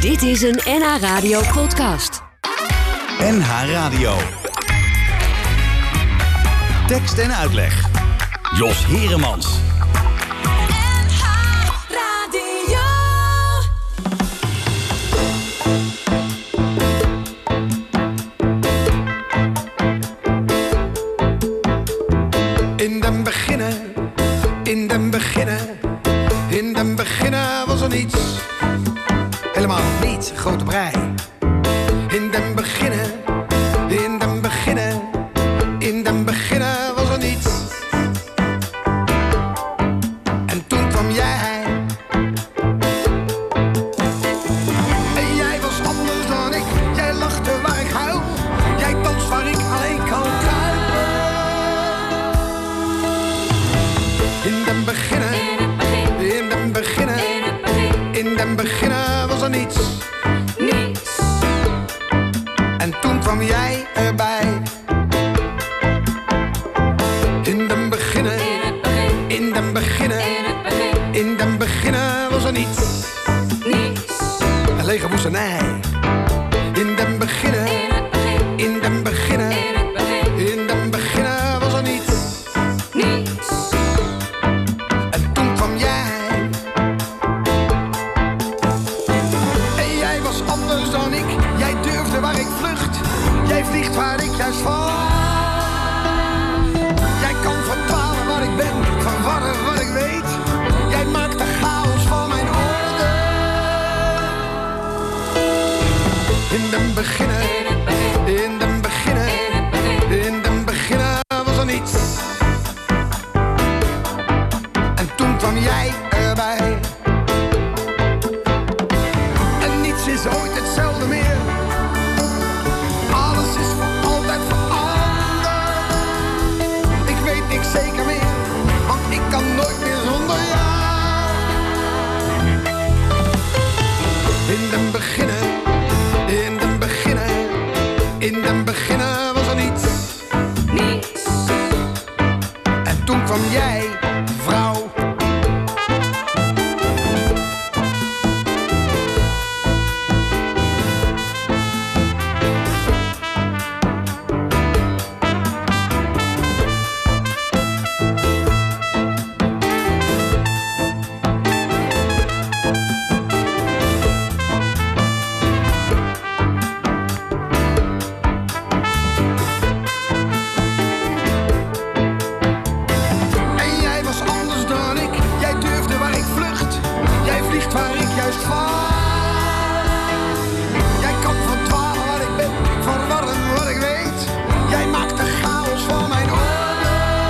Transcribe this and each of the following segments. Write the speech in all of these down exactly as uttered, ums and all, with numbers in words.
Dit is een N H Radio podcast. N H Radio. Tekst en uitleg. Jos Heremans. N H Radio. In den beginnen, in den beginnen, in den beginnen was er niets. Helemaal niets, grote brei. In den beginnen, in den beginnen, in den beginnen was er niets. En toen kwam jij. En jij was anders dan ik. Jij lachte waar ik huil. Jij danst waar ik alleen kan kruipen. In den beginnen, in den beginnen, in den beginnen was er niets. Niets. En toen kwam jij erbij. In den beginnen, in den beginnen, in den beginnen was er niets. Niets. Een lege woestenij. In den beginnen, in den beginnen, in den beginnen was er niets. Niets. En toen kwam jij. En jij was anders dan ik. Jij durfde waar ik vlucht. Jij vliegt waar ik juist val. Jij kan vertalen wat ik ben, verwarren wat ik weet. Jij maakt de chaos van mijn orde. In den beginnen, in den beginnen, in den beginnen was er niets. En toen kwam jij erbij. En niets is ooit hetzelfde meer. Alles is voor altijd veranderd. Ik weet niks zeker meer, want ik kan nooit meer zonder jou. In den beginnen, in den beginnen, in den beginnen was er niets. Niets. En toen kwam jij, vrouw. En jij was anders dan ik. Jij durfde waar ik vlucht. Jij vliegt waar ik juist val. Jij kan verdwalen wat ik ben, verwarren wat ik weet. Jij maakt de chaos van mijn orde.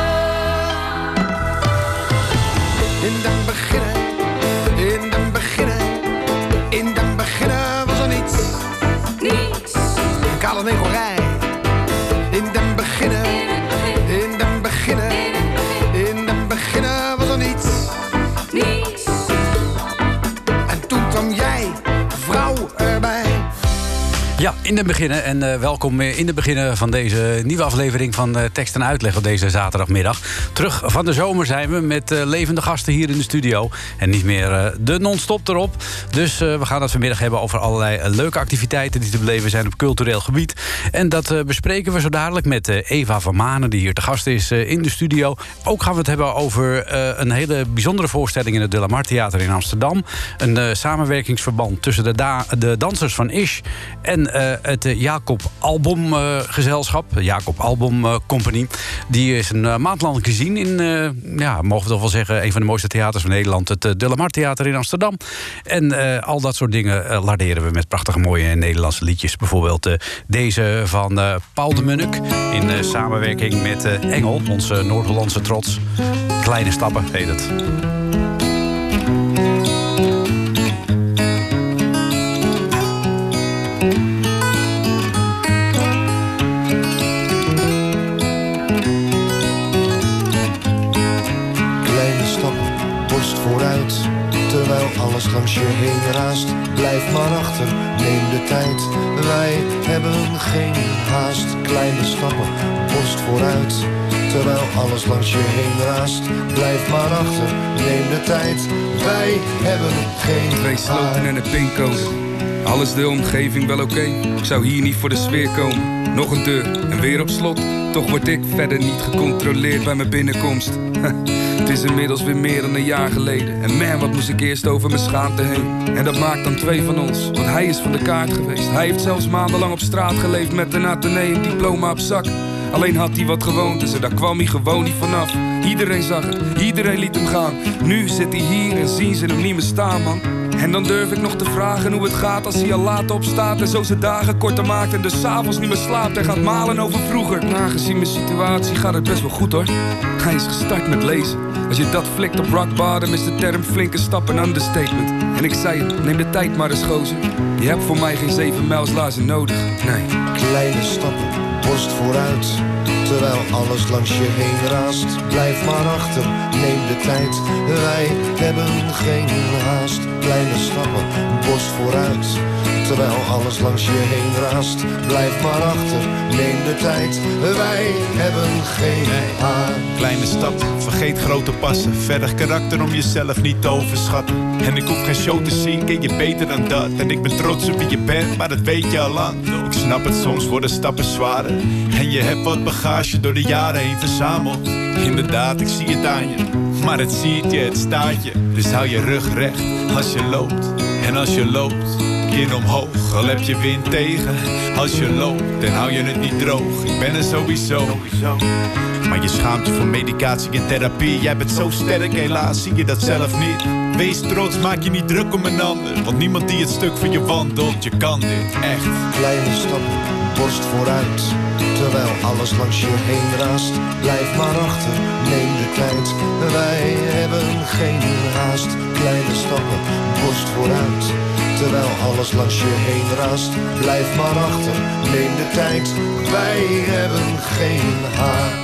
In den beginnen, in den beginnen, in den beginnen was er niets. Niets. Een kale negorij. In den beginnen, in den beginnen, in den beginnen was er niets. Niets. En toen kwam jij, vrouw, erbij. Ja, in de beginnen en uh, welkom in de beginnen van deze nieuwe aflevering van uh, Tekst en Uitleg op deze zaterdagmiddag. Terug van de zomer zijn we met uh, levende gasten hier in de studio. En niet meer uh, de non-stop erop. Dus uh, we gaan het vanmiddag hebben over allerlei uh, leuke activiteiten die te beleven zijn op cultureel gebied. En dat uh, bespreken we zo dadelijk met uh, Eva van Manen, die hier te gast is uh, in de studio. Ook gaan we het hebben over uh, een hele bijzondere voorstelling in het De La Mar Theater in Amsterdam. Een uh, samenwerkingsverband tussen de, da- de dansers van Ish en Uh, het uh, Jacob Album uh, gezelschap, Jacob Album uh, Company. Die is een uh, maand lang gezien in, uh, ja, mogen we toch wel zeggen, een van de mooiste theaters van Nederland, het uh, De La Mar Theater in Amsterdam. En uh, al dat soort dingen uh, larderen we met prachtige mooie Nederlandse liedjes. Bijvoorbeeld uh, deze van uh, Paul de Munnik in uh, samenwerking met uh, Engel, onze Noord-Hollandse trots. Kleine stappen heet het. Vooruit, terwijl alles langs je heen raast. Blijf maar achter, neem de tijd. Wij hebben geen haast. Kleine stappen, borst vooruit, terwijl alles langs je heen raast. Blijf maar achter, neem de tijd. Wij hebben geen Twee sloten en een pincode. Alles de omgeving wel oké, ik zou hier niet voor de sfeer komen. Nog een deur en weer op slot, toch word ik verder niet gecontroleerd bij mijn binnenkomst. Het is inmiddels weer meer dan een jaar geleden. En man, wat moest ik eerst over mijn schaamte heen. En dat maakt dan twee van ons, want hij is van de kaart geweest. Hij heeft zelfs maandenlang op straat geleefd met een ateneum diploma op zak. Alleen had hij wat gewoontes en daar kwam hij gewoon niet vanaf. Iedereen zag het, iedereen liet hem gaan. Nu zit hij hier en zien ze hem niet meer staan, man. En dan durf ik nog te vragen hoe het gaat als hij al laat opstaat en zo zijn dagen korter maakt en dus 's avonds niet meer slaapt en gaat malen over vroeger. Nou, gezien mijn situatie gaat het best wel goed, hoor. Hij is gestart met lezen. Als je dat flikt op rock bottom is de term flinke stap een understatement. En ik zei het, neem de tijd maar eens, gozer. Je hebt voor mij geen zeven mijlslaarzen nodig, nee. Kleine stappen, borst vooruit. Terwijl alles langs je heen raast. Blijf maar achter, neem de tijd. Wij hebben geen haast. Kleine stappen, borst vooruit. Terwijl alles langs je heen raast. Blijf maar achter, neem de tijd. Wij hebben geen haast. Kleine stap, vergeet grote passen. Verder karakter om jezelf niet te overschatten. En ik hoef geen show te zien, ken je beter dan dat. En ik ben trots op wie je bent, maar dat weet je al lang. Ik snap het, soms worden stappen zwaarder. En je hebt wat bagage door de jaren heen verzameld. Inderdaad, ik zie het aan je. Maar het ziet je, het staat je. Dus hou je rug recht als je loopt. En als je loopt, kin omhoog. Al heb je wind tegen. Als je loopt, dan hou je het niet droog. Ik ben er sowieso. Maar je schaamt je voor medicatie en therapie. Jij bent zo sterk, helaas zie je dat zelf niet. Wees trots, maak je niet druk om een ander. Want niemand die het stuk van je wandelt, je kan dit, echt. Kleine stappen, borst vooruit. Terwijl alles langs je heen raast. Blijf maar achter, neem de tijd. Wij hebben geen haast. Kleine stappen, borst vooruit. Terwijl alles langs je heen raast. Blijf maar achter, neem de tijd. Wij hebben geen haast.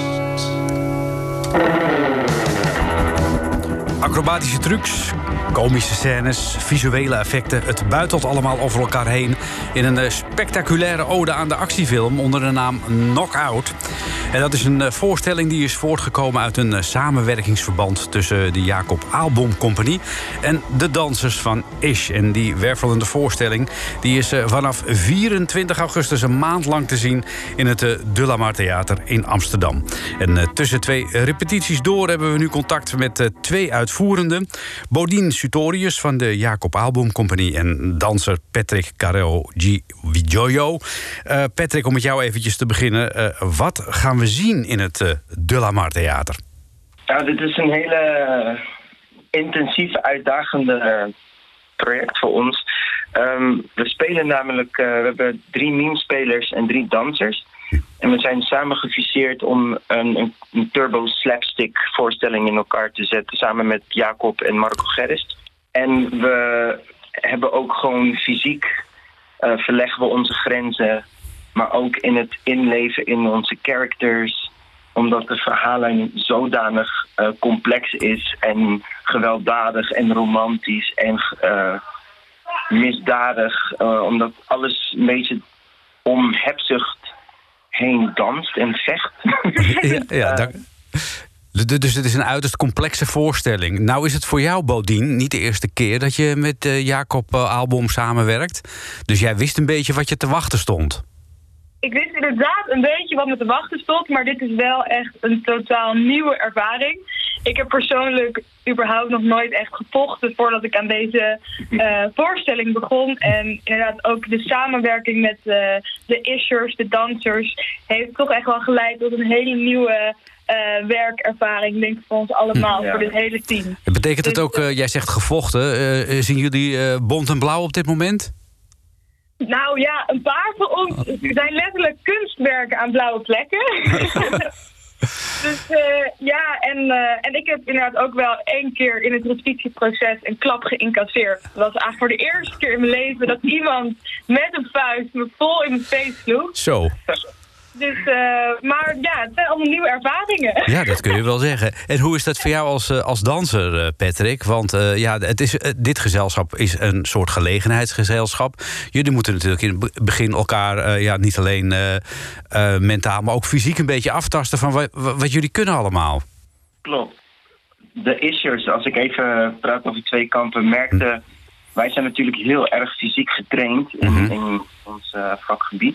Acrobatische trucs, komische scènes, visuele effecten. Het buitelt allemaal over elkaar heen in een spectaculaire ode aan de actiefilm onder de naam Knockout. En dat is een voorstelling die is voortgekomen uit een samenwerkingsverband tussen de Jacob Aalboom Company en de dansers van Ish. En die wervelende voorstelling die is vanaf vierentwintig augustus een maand lang te zien in het De La Mar Theater in Amsterdam. En tussen twee repetities door hebben we nu contact met twee uitvoerenden. Bodine Sutorius van de Jacob Aalboom Company en danser Patrick Carreo G. Vigioio. Uh, Patrick, om met jou eventjes te beginnen. Uh, wat gaan we zien in het uh, De La Mar Theater? Nou, dit is een hele intensieve, uitdagende project voor ons. Um, we spelen namelijk, uh, we hebben drie meme-spelers en drie dansers. En we zijn samen gefuseerd om een, een, een turbo slapstick voorstelling in elkaar te zetten. Samen met Jacob en Marco Gerrist. En we hebben ook gewoon fysiek uh, verleggen we onze grenzen. Maar ook in het inleven in onze characters. Omdat de verhaallijn zodanig uh, complex is. En gewelddadig en romantisch en uh, misdadig. Uh, omdat alles een beetje om hebzucht heen danst en vecht. Ja, ja, dank. Dus het is een uiterst complexe voorstelling. Nou is het voor jou, Bodine, niet de eerste keer dat je met uh, Jacob uh, Aalboom samenwerkt. Dus jij wist een beetje wat je te wachten stond. Ik wist inderdaad een beetje wat me te wachten stond, maar dit is wel echt een totaal nieuwe ervaring. Ik heb persoonlijk überhaupt nog nooit echt gevochten voordat ik aan deze uh, voorstelling begon. En inderdaad ook de samenwerking met uh, de Ishers, de dansers, heeft toch echt wel geleid tot een hele nieuwe uh, werkervaring, denk ik, voor ons allemaal, ja. Voor dit hele team. Betekent het dus, ook, uh, jij zegt gevochten, uh, zien jullie uh, bont en blauw op dit moment? Nou ja, een paar van ons zijn letterlijk kunstwerken aan blauwe plekken. Dus uh, ja, en, uh, en ik heb inderdaad ook wel één keer in het repetitieproces een klap geïncasseerd. Dat was eigenlijk voor de eerste keer in mijn leven dat iemand met een vuist me vol in mijn face sloeg. Zo. Dus, uh, maar ja, het zijn allemaal nieuwe ervaringen. Ja, dat kun je wel zeggen. En hoe is dat voor jou als, uh, als danser, uh, Patrick? Want uh, ja, het is, uh, dit gezelschap is een soort gelegenheidsgezelschap. Jullie moeten natuurlijk in het begin elkaar uh, ja, niet alleen uh, uh, mentaal, maar ook fysiek een beetje aftasten van wat, wat jullie kunnen allemaal. Klopt. De Ishers, als ik even praat over twee kampen, merkte wij zijn natuurlijk heel erg fysiek getraind in, Mhm. in ons uh, vakgebied.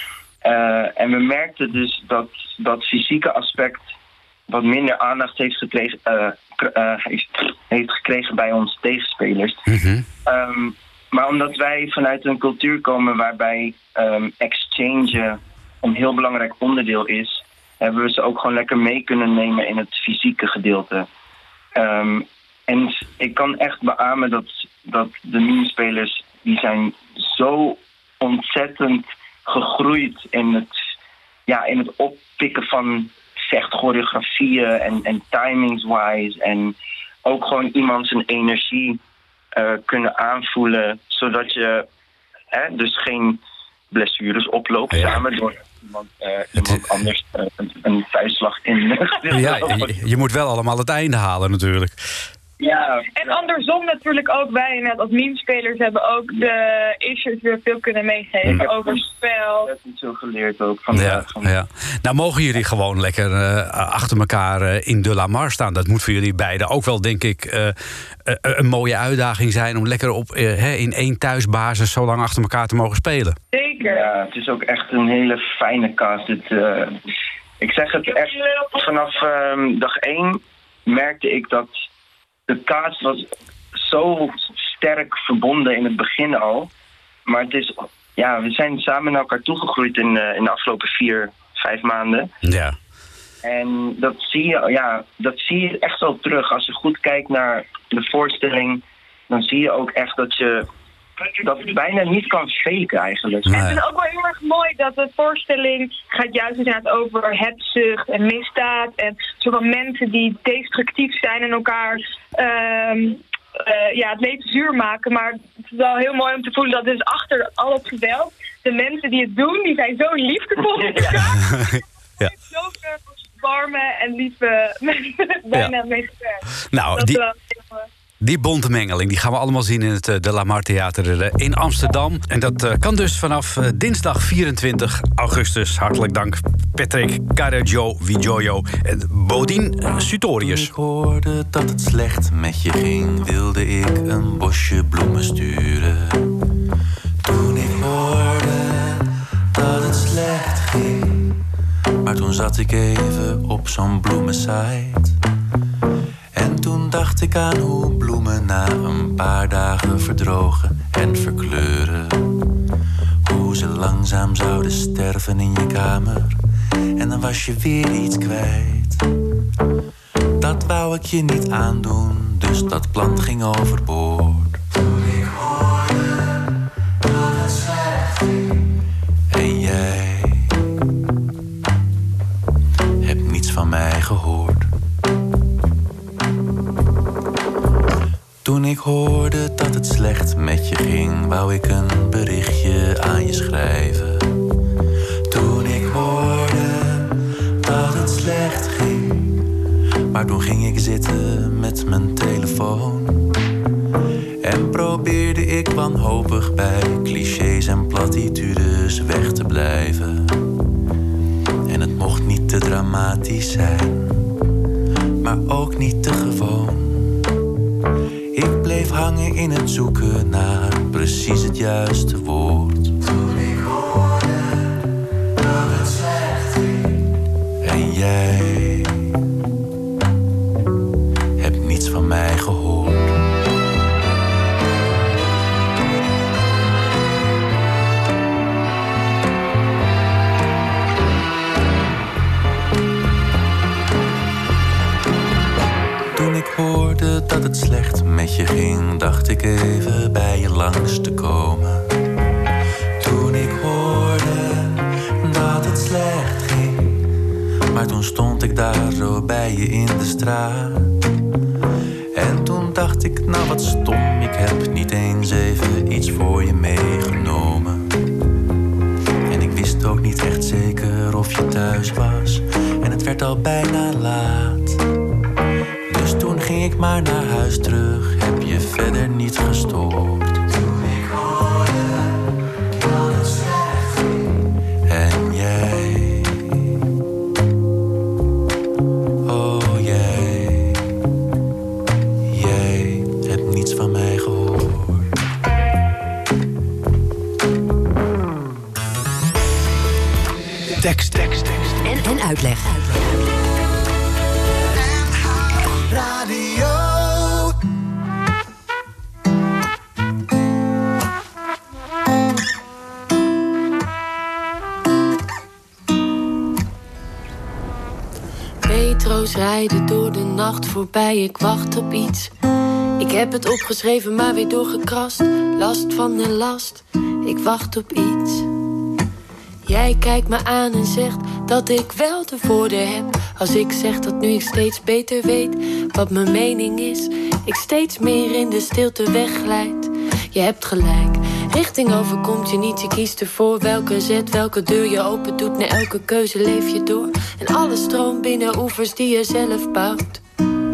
Uh, en we merkten dus dat dat fysieke aspect wat minder aandacht heeft gekregen, uh, k- uh, heeft, heeft gekregen bij onze tegenspelers. Mhm. Um, maar omdat wij vanuit een cultuur komen waarbij um, exchange een heel belangrijk onderdeel is, hebben we ze ook gewoon lekker mee kunnen nemen in het fysieke gedeelte. Um, en ik kan echt beamen dat, dat de meme-spelers, die zijn zo ontzettend gegroeid in het, ja, in het oppikken van vechtchoreografieën en, en timings-wise. En ook gewoon iemand zijn energie uh, kunnen aanvoelen, zodat je hè, dus geen blessures oploopt Ja. samen door iemand, uh, iemand anders uh, een, een vuistslag in. Ja, je, je moet wel allemaal het einde halen natuurlijk. Ja. En andersom natuurlijk ook wij net als meme-spelers hebben ook de issues weer veel kunnen meegeven Mm. over spel. Dat is zo geleerd ook van, Ja, de, van ja. Nou mogen jullie gewoon lekker uh, achter elkaar uh, in de La Mar staan. Dat moet voor jullie beiden ook wel, denk ik, uh, uh, een mooie uitdaging zijn om lekker op, uh, hè, in één thuisbasis zo lang achter elkaar te mogen spelen. Zeker. Ja, het is ook echt een hele fijne cast. Het, uh, ik zeg het echt, vanaf um, dag één merkte ik dat de cast was zo sterk verbonden in het begin al. Maar het is, ja, we zijn samen naar elkaar toegegroeid in, uh, in de afgelopen vier, vijf maanden. Ja. En dat zie je, ja, dat zie je echt wel terug. Als je goed kijkt naar de voorstelling, dan zie je ook echt dat je dat het bijna niet kan faken eigenlijk. En het is ook wel heel erg mooi dat de voorstelling gaat juist inderdaad over hebzucht en misdaad. En zowel mensen die destructief zijn en elkaar uh, uh, ja, het leven zuur maken. Maar het is wel heel mooi om te voelen dat dus achter al het geweld, de mensen die het doen, die zijn zo liefdevol met elkaar. Ja. Zulke warme en lieve mensen bijna Ja. mee gewerkt. Nou, Dat die- is wel heel, uh, Die bonte mengeling die gaan we allemaal zien in het uh, De La Mar Theater uh, in Amsterdam. En dat uh, kan dus vanaf uh, dinsdag vierentwintig augustus. Hartelijk dank Patrick, Carajo, Vigioio en Bodien uh, Sutorius. Toen ik hoorde dat het slecht met je ging, wilde ik een bosje bloemen sturen. Toen ik hoorde dat het slecht ging, maar toen zat ik even op zo'n bloemensite. En toen dacht ik aan hoe bloemen na een paar dagen verdrogen en verkleuren. Hoe ze langzaam zouden sterven in je kamer. En dan was je weer iets kwijt. Dat wou ik je niet aandoen, dus dat plan ging overboord. Toen ik hoorde dat het slecht ging. En jij hebt niets van mij gehoord. Toen ik hoorde dat het slecht met je ging, wou ik een berichtje aan je schrijven. Toen ik hoorde dat het slecht ging, maar toen ging ik zitten met mijn telefoon. En probeerde ik wanhopig bij clichés en platitudes weg te blijven. En het mocht niet te dramatisch zijn, maar ook niet te gewoon. Ik bleef hangen in het zoeken naar precies het juiste woord. Toen ik hoorde dat het slecht ging. En jij hebt niets van mij gehoord. Toen ik hoorde dat het slecht met je ging, dacht ik even bij je langs te komen. Toen ik hoorde dat het slecht ging, maar toen stond ik daar zo bij je in de straat. En toen dacht ik, nou wat stom, ik heb niet eens even iets voor je meegenomen. En ik wist ook niet echt zeker of je thuis was, en het werd al bijna laat. Dus toen ging ik maar naar huis terug, heb je verder niet gestoord. Toen ik hoorde dat het slecht ging. En jij, oh jij, jij hebt niets van mij gehoord. Tekst, tekst, tekst. En, en uitleg. Radio. Metro's rijden door de nacht voorbij, ik wacht op iets. Ik heb het opgeschreven, maar weer doorgekrast. Last van de last, ik wacht op iets. Jij kijkt me aan en zegt dat ik wel de woorden heb. Als ik zeg dat nu ik steeds beter weet wat mijn mening is, ik steeds meer in de stilte wegglijd. Je hebt gelijk, richting overkomt je niet. Je kiest ervoor welke zet, welke deur je open doet. Na elke keuze leef je door. En alles stroomt binnen oevers die je zelf bouwt.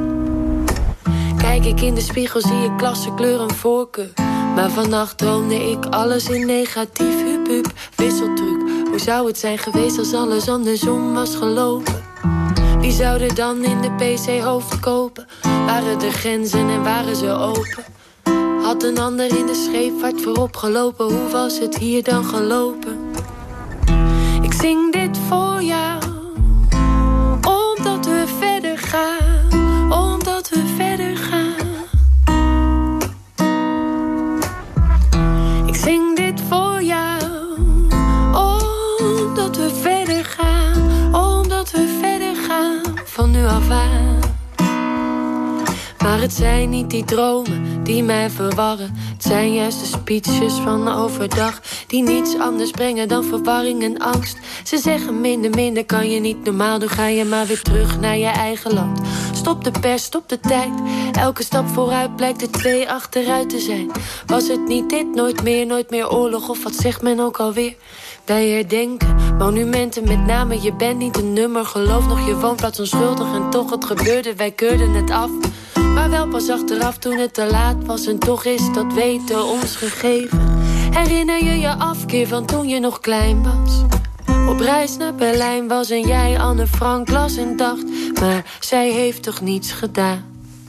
Kijk ik in de spiegel, zie ik klasse, kleur en voorkeur. Maar vannacht droomde ik alles in negatief. Hup, hup, wisseltruc. Hoe zou het zijn geweest als alles andersom was gelopen? Wie zou er dan in de P C hoofd kopen? Waren de grenzen en waren ze open? Had een ander in de scheepvaart voorop gelopen? Hoe was het hier dan gelopen? Ik zing dit voor jou, omdat we verder gaan, omdat we verder gaan. Ik zing dit voor jou, omdat we verder gaan, omdat we verder gaan van nu af aan. Maar het zijn niet die dromen die mij verwarren. Het zijn juist de speeches van overdag die niets anders brengen dan verwarring en angst. Ze zeggen minder, minder kan je niet normaal doen. Ga je maar weer terug naar je eigen land. Stop de pers, stop de tijd. Elke stap vooruit blijkt er twee achteruit te zijn. Was het niet dit, nooit meer, nooit meer oorlog? Of wat zegt men ook alweer? Wij herdenken monumenten, met name je bent niet een nummer. Geloof nog je woonplaats onschuldig en toch het gebeurde, wij keurden het af. Maar wel pas achteraf toen het te laat was. En toch is dat weten ons gegeven. Herinner je je afkeer van toen je nog klein was? Op reis naar Berlijn was en jij Anne Frank las en dacht, maar zij heeft toch niets gedaan?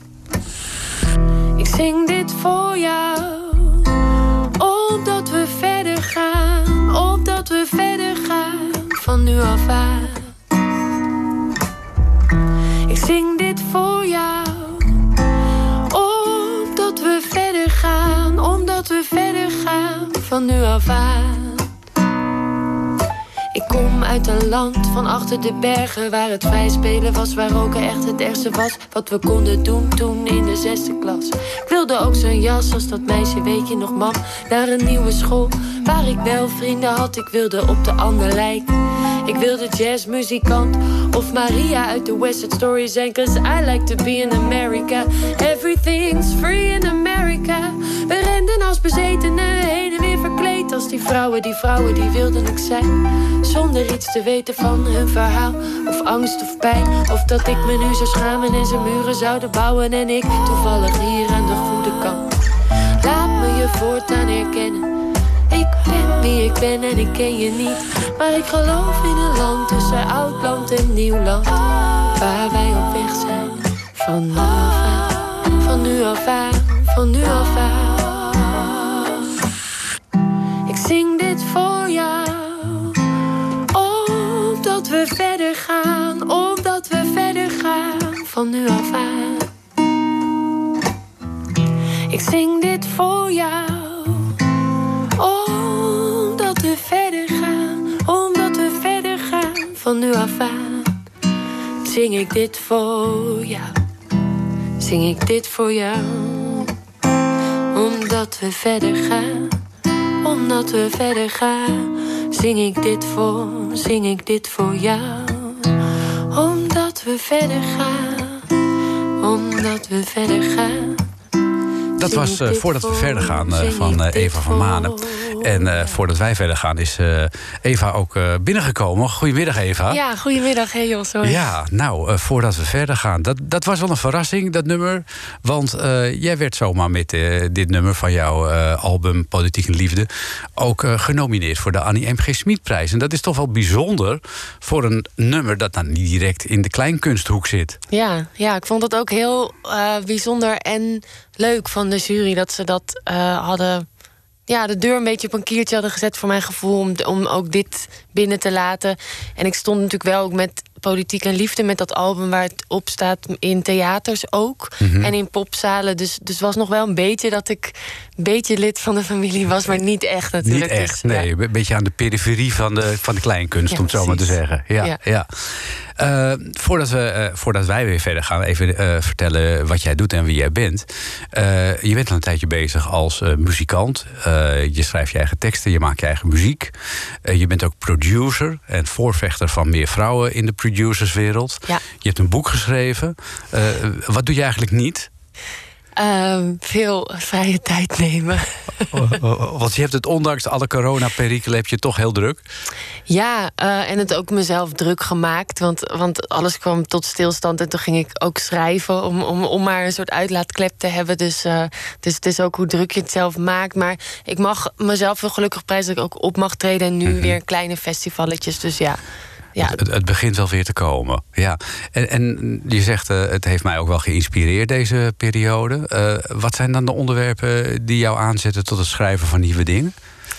Ik zing dit voor jou, omdat we verder gaan, omdat we verder gaan van nu af aan. Ik zing dit voor jou, omdat we verder gaan, omdat we verder gaan van nu af aan. Ik kom uit een land van achter de bergen, waar het vrij spelen was, waar roken echt het ergste was. Wat we konden doen toen in de zesde klas. Ik wilde ook zo'n jas als dat meisje, weet je nog, mam. Naar een nieuwe school, waar ik wel vrienden had. Ik wilde op de ander lijken. Ik wilde jazzmuzikant of Maria uit de West Side Story zijn. Cause I like to be in America. Everything's free in America. We renden als bezetenen, heen en weer verkleed als die vrouwen. Die vrouwen die wilden ik zijn, zonder iets te weten van hun verhaal. Of angst of pijn, of dat ik me nu zou schamen en ze muren zouden bouwen. En ik toevallig hier aan de goede kant. Laat me je voortaan herkennen. Ik ben wie ik ben en ik ken je niet. Maar ik geloof in een land tussen oud land en nieuw land, waar wij op weg zijn van nu af aan, van nu af aan, van nu af aan. Ik zing dit voor jou, omdat we verder gaan, omdat we verder gaan van nu af aan. Ik zing dit voor jou, omdat we verder gaan, omdat we verder gaan van nu af aan. Zing ik dit voor jou, zing ik dit voor jou, omdat we verder gaan, omdat we verder gaan. Zing ik dit voor, zing ik dit voor jou, omdat we verder gaan, omdat we verder gaan. Dat was uh, voordat we verder gaan uh, van uh, Eva van Manen. En uh, voordat wij verder gaan is uh, Eva ook uh, binnengekomen. Goedemiddag, Eva. Ja, goedemiddag. Hey Jos. Hoor. Ja, nou, uh, voordat we verder gaan. Dat, dat was wel een verrassing, dat nummer. Want uh, jij werd zomaar met uh, dit nummer van jouw uh, album Politiek en Liefde ook uh, genomineerd voor de Annie M G Schmidprijs. En dat is toch wel bijzonder voor een nummer dat nou niet direct in de kleinkunsthoek zit. Ja, ja, ik vond het ook heel uh, bijzonder en leuk van de jury dat ze dat uh, hadden ja, de deur een beetje op een kiertje hadden gezet voor mijn gevoel, om, om ook dit binnen te laten. En ik stond natuurlijk wel ook met Politiek en Liefde, met dat album waar het op staat, in theaters ook. Mm-hmm. En in popzalen. Dus dus was nog wel een beetje dat ik een beetje lid van de familie was, maar niet echt natuurlijk. Niet echt, dus, nee. Ja. Een beetje aan de periferie van de, van de kleinkunst, Ja, om het zo maar te precies. zeggen. Ja, ja. Ja. ja. Uh, voordat, we, uh, voordat wij weer verder gaan, even uh, vertellen wat jij doet en wie jij bent. Uh, je bent al een tijdje bezig als uh, muzikant. Uh, je schrijft je eigen teksten, je maakt je eigen muziek. Uh, je bent ook producer en voorvechter van meer vrouwen in de producerswereld. Ja. Je hebt een boek geschreven. Uh, wat doe je eigenlijk niet? Uh, veel vrije tijd nemen. Want je hebt het, ondanks alle coronaperikelen, heb je het toch heel druk. Ja, uh, en het ook mezelf druk gemaakt. Want, want alles kwam tot stilstand. En toen ging ik ook schrijven om, om, om maar een soort uitlaatklep te hebben. Dus, uh, dus het is ook hoe druk je het zelf maakt. Maar ik mag mezelf wel gelukkig prijzen dat ik ook op mag treden. En nu mm-hmm. weer kleine festivaletjes. Dus ja. Ja. Het, het begint wel weer te komen. Ja. En, en je zegt, uh, het heeft mij ook wel geïnspireerd, deze periode. Uh, wat zijn dan de onderwerpen die jou aanzetten tot het schrijven van nieuwe dingen?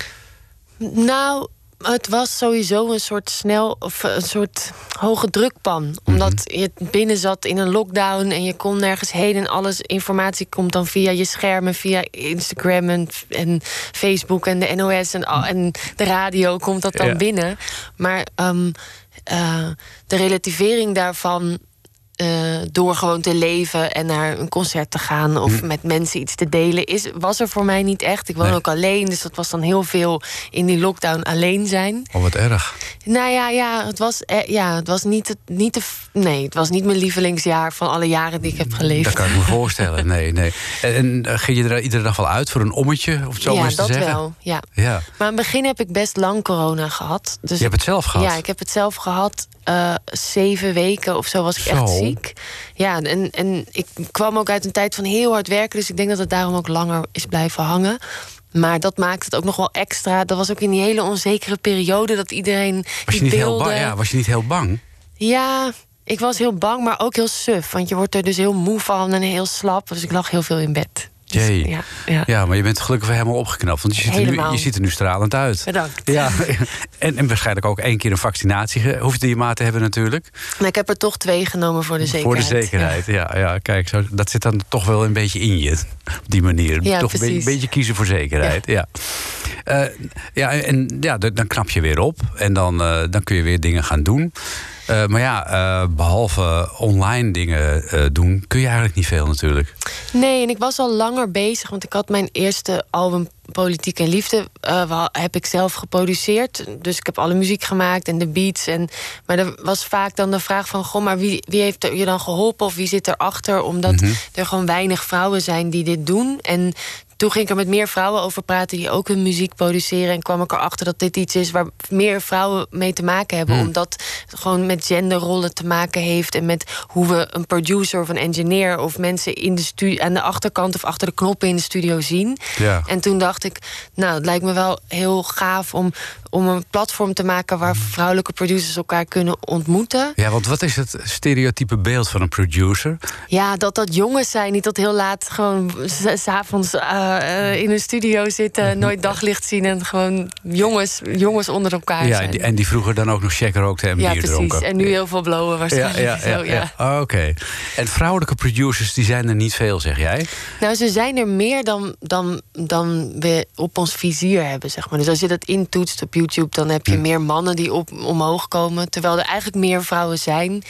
Nou, het was sowieso een soort snel of een soort hoge drukpan. Omdat je binnen zat in een lockdown en je kon nergens heen en alles informatie komt dan via je schermen, via Instagram en, en Facebook en de N O S en, en de radio komt dat dan ja. binnen. Maar um, uh, de relativering daarvan, Uh, door gewoon te leven en naar een concert te gaan of hm. met mensen iets te delen, is, was er voor mij niet echt. Ik woon nee. ook alleen, dus dat was dan heel veel in die lockdown alleen zijn. Oh, wat erg. Nou ja, ja het was, eh, ja, het was niet, het, niet de, nee, het was niet mijn lievelingsjaar van alle jaren die ik heb geleefd. Dat kan ik me voorstellen. Nee, nee. En, en ging je er iedere dag wel uit voor een ommetje, of zo ja, maar eens te zeggen? Ja, dat wel. Ja. Ja. Maar in het begin heb ik best lang corona gehad. Dus je hebt het zelf gehad? Ja, ik heb het zelf gehad. Uh, zeven weken of zo was ik zo. echt ziek. Ja, en, en ik kwam ook uit een tijd van heel hard werken, dus ik denk dat het daarom ook langer is blijven hangen. Maar dat maakt het ook nog wel extra. Dat was ook in die hele onzekere periode dat iedereen was je die niet beelden... Heel bang? Ja, was je niet heel bang? Ja, ik was heel bang, maar ook heel suf. Want je wordt er dus heel moe van en heel slap. Dus ik lag heel veel in bed. Dus, Jee. ja, ja. ja, maar je bent gelukkig weer helemaal opgeknapt. Want je ziet, er nu, je ziet er nu stralend uit. Bedankt. Ja, en, en waarschijnlijk ook één keer een vaccinatie hoefde je maar te hebben natuurlijk. Maar ik heb er toch twee genomen voor de zekerheid. Voor de zekerheid, ja. ja, ja kijk, zo, dat zit dan toch wel een beetje in je. Op die manier. Ja, toch een beetje, beetje kiezen voor zekerheid. Ja, ja. Uh, ja en ja, dan knap je weer op. En dan, uh, dan kun je weer dingen gaan doen. Uh, maar ja, uh, behalve online dingen uh, doen, kun je eigenlijk niet veel natuurlijk. Nee, en ik was al langer bezig, want ik had mijn eerste album Politiek en Liefde uh, heb ik zelf geproduceerd. Dus ik heb alle muziek gemaakt en de beats. En, maar er was vaak dan de vraag van, goh, maar wie, wie heeft er je dan geholpen of wie zit erachter? Omdat mm-hmm. er gewoon weinig vrouwen zijn die dit doen. En toen ging ik er met meer vrouwen over praten die ook hun muziek produceren. En kwam ik erachter dat dit iets is waar meer vrouwen mee te maken hebben. Hmm. Omdat het gewoon met genderrollen te maken heeft. En met hoe we een producer of een engineer of mensen in de stu- aan de achterkant of achter de knoppen in de studio zien. Ja. En toen dacht ik, nou, het lijkt me wel heel gaaf om, om een platform te maken waar vrouwelijke producers elkaar kunnen ontmoeten. Ja, want wat is het stereotype beeld van een producer? Ja, dat dat jongens zijn die tot heel laat gewoon 's avonds Uh, Uh, in een studio zitten, nooit daglicht zien en gewoon jongens, jongens onder elkaar ja, zijn. En die, en die vroeger dan ook nog check rookten en ja, bier precies. dronken. En nu heel veel blowen waarschijnlijk. Ja, ja, ja, Zo, ja. ja. Oh, oké. Okay. En vrouwelijke producers, die zijn er niet veel, zeg jij? Nou, ze zijn er meer dan, dan, dan we op ons vizier hebben, zeg maar. Dus als je dat intoetst op YouTube, dan heb je hm. meer mannen die op, omhoog komen. Terwijl er eigenlijk meer vrouwen zijn.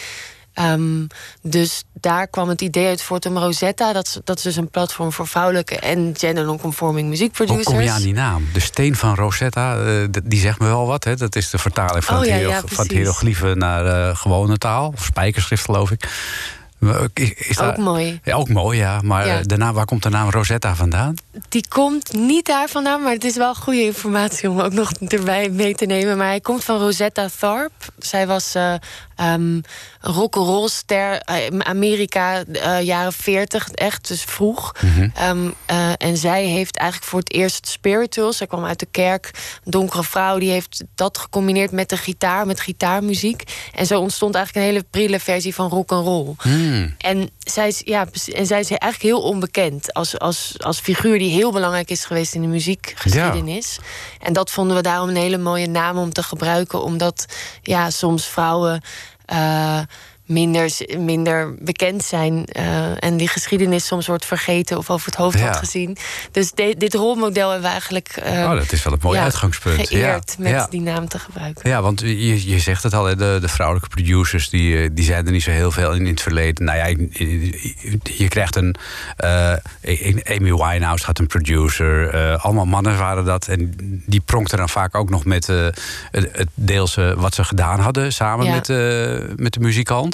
Um, dus daar kwam het idee uit voort om Rosetta. Dat is, dat is dus een platform voor vrouwelijke en gender non-conforming muziekproducers. Hoe kom je aan die naam? De steen van Rosetta, uh, die zegt me wel wat. Hè? Dat is de vertaling van, oh, het, ja, hiero- ja, van het hieroglyphen naar uh, gewone taal. Of spijkerschrift, geloof ik. Is, is ook daar, mooi. Ja, ook mooi, ja. Maar ja. De naam, waar komt de naam Rosetta vandaan? Die komt niet daar vandaan, maar het is wel goede informatie om ook nog erbij mee te nemen. Maar hij komt van Rosetta Tharpe. Zij was uh, um, een rock'n'roll ster in Amerika, uh, jaren veertig, echt, dus vroeg. Mm-hmm. Um, uh, en zij heeft eigenlijk voor het eerst spirituals. Zij kwam uit de kerk, een donkere vrouw, die heeft dat gecombineerd met de gitaar, met gitaarmuziek. En zo ontstond eigenlijk een hele prille versie van rock'n'roll. Mm. En zij is, ja, en zij is eigenlijk heel onbekend als, als, als figuur die heel belangrijk is geweest in de muziekgeschiedenis. Ja. En dat vonden we daarom een hele mooie naam om te gebruiken, omdat ja, soms vrouwen Uh, Minder, minder bekend zijn. Uh, en die geschiedenis soms wordt vergeten of over het hoofd ja. wordt gezien. Dus de, dit rolmodel hebben we eigenlijk Uh, oh, dat is wel een mooi ja, uitgangspunt. geëerd ja. met ja. die naam te gebruiken. Ja, want je, je zegt het al, de, de vrouwelijke producers die, die zijn er niet zo heel veel in, in het verleden. Nou ja, je, je krijgt een Uh, Amy Winehouse had een producer. Uh, allemaal mannen waren dat. En die pronkten dan vaak ook nog met uh, het, het deels uh, wat ze gedaan hadden samen ja. met, uh, met de muzikant.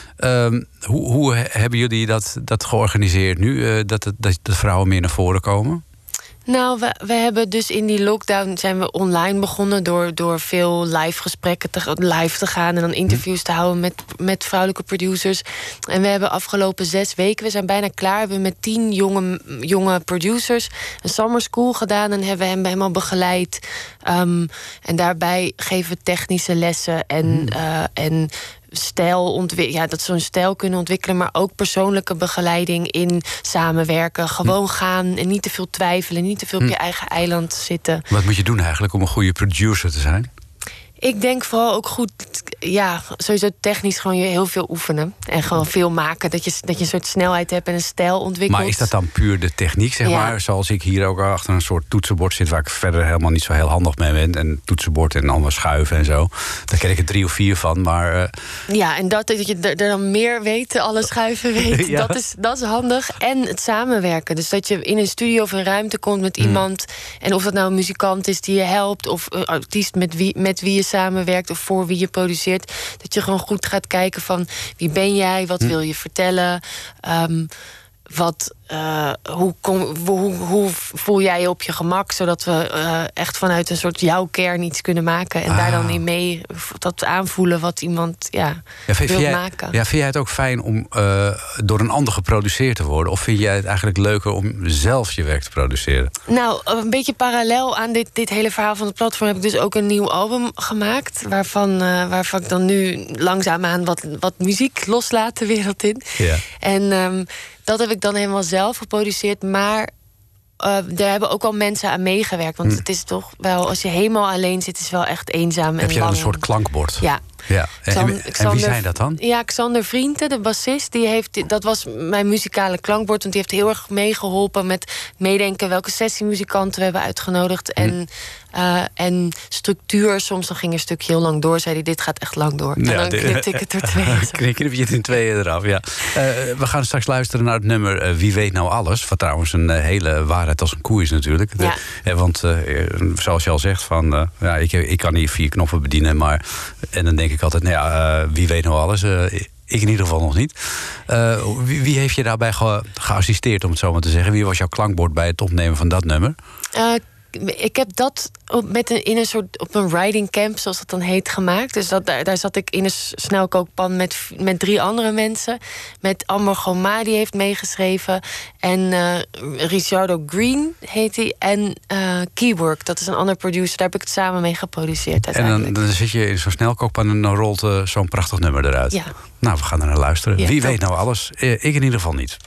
Um, hoe, hoe hebben jullie dat, dat georganiseerd nu? Uh, dat, dat, dat de vrouwen meer naar voren komen? Nou, we, we hebben dus in die lockdown zijn we online begonnen door, door veel live gesprekken te, live te gaan en dan interviews te houden met, met vrouwelijke producers. En we hebben afgelopen zes weken, we zijn bijna klaar, hebben we met tien jonge, jonge producers een summer school gedaan en hebben we hem helemaal begeleid. Um, en daarbij geven we technische lessen en, mm. uh, en stijl ontwikkelen, ja, dat zo'n stijl kunnen ontwikkelen, maar ook persoonlijke begeleiding in samenwerken. Gewoon hm. gaan en niet te veel twijfelen, niet te veel hm. op je eigen eiland zitten. Wat moet je doen eigenlijk om een goede producer te zijn? Ik denk vooral ook goed, ja, sowieso technisch gewoon je heel veel oefenen. En gewoon veel maken, dat je, dat je een soort snelheid hebt en een stijl ontwikkelt. Maar is dat dan puur de techniek, zeg ja. maar? Zoals ik hier ook achter een soort toetsenbord zit, waar ik verder helemaal niet zo heel handig mee ben. En toetsenbord en allemaal schuiven en zo. Daar ken ik er drie of vier van, maar Uh... Ja, en dat, dat je er dan meer weet, alle schuiven weet, ja. dat, is, dat is handig. En het samenwerken. Dus dat je in een studio of een ruimte komt met iemand, mm. en of dat nou een muzikant is die je helpt, of een artiest met wie, met wie je samenwerkt of voor wie je produceert, dat je gewoon goed gaat kijken van wie ben jij, wat hm. wil je vertellen, um, wat, uh, hoe, kom, hoe, hoe voel jij je op je gemak, zodat we uh, echt vanuit een soort jouw kern iets kunnen maken en ah. daar dan in mee dat aanvoelen wat iemand ja, ja, vind, wil vind maken. Jij, ja, vind jij het ook fijn om uh, door een ander geproduceerd te worden, of vind jij het eigenlijk leuker om zelf je werk te produceren? Nou, een beetje parallel aan dit, dit hele verhaal van het platform heb ik dus ook een nieuw album gemaakt, waarvan, uh, waarvan ik dan nu langzaamaan wat, wat muziek loslaat de wereld in. Ja. En um, dat heb ik dan helemaal zelf geproduceerd, maar Uh, daar hebben ook al mensen aan meegewerkt. Want hm. het is toch wel, als je helemaal alleen zit, is het wel echt eenzaam. Heb en je dan lang. een soort klankbord? Ja. ja. En, Xander, en, Xander, wie zijn dat dan? Ja, Xander Vrienden, de bassist, die heeft, dat was mijn muzikale klankbord. Want die heeft heel erg meegeholpen met meedenken welke sessiemuzikanten we hebben uitgenodigd. Hm. En, uh, en structuur. Soms dan ging een stukje heel lang door. Zei hij, dit gaat echt lang door. Ja, en dan knipte ik het er tweeën. Knip je het in tweeën eraf, ja. Uh, we gaan straks luisteren naar het nummer uh, Wie weet nou alles. Wat trouwens een uh, hele waarheid als een koe is natuurlijk. Ja. De, uh, want uh, zoals je al zegt, van, uh, ja, ik, ik kan hier vier knoppen bedienen. Maar, en dan denk ik altijd, nou ja, uh, wie weet nou alles. Uh, Ik in ieder geval nog niet. Uh, wie, wie heeft je daarbij ge, geassisteerd, om het zo maar te zeggen? Wie was jouw klankbord bij het opnemen van dat nummer? Uh, ik heb dat op, met een, in een soort, op een riding camp, zoals dat dan heet, gemaakt. Dus dat, daar, daar zat ik in een snelkookpan met, met drie andere mensen. Met Amber Goma, die heeft meegeschreven. En uh, Ricciardo Green heet hij. En uh, Keywork, dat is een ander producer. Daar heb ik het samen mee geproduceerd. En dan, dan zit je in zo'n snelkookpan en dan rolt uh, zo'n prachtig nummer eruit. Ja. Nou, we gaan er naar luisteren. Ja, Wie top. weet nou alles? Uh, ik in ieder geval niet.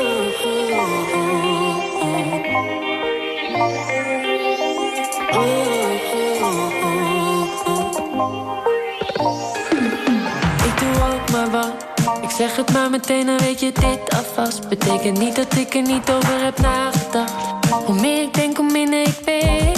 Ik zeg het maar meteen, dan weet je dit alvast. Betekent niet dat ik er niet over heb nagedacht. Hoe meer ik denk, hoe minder ik weet.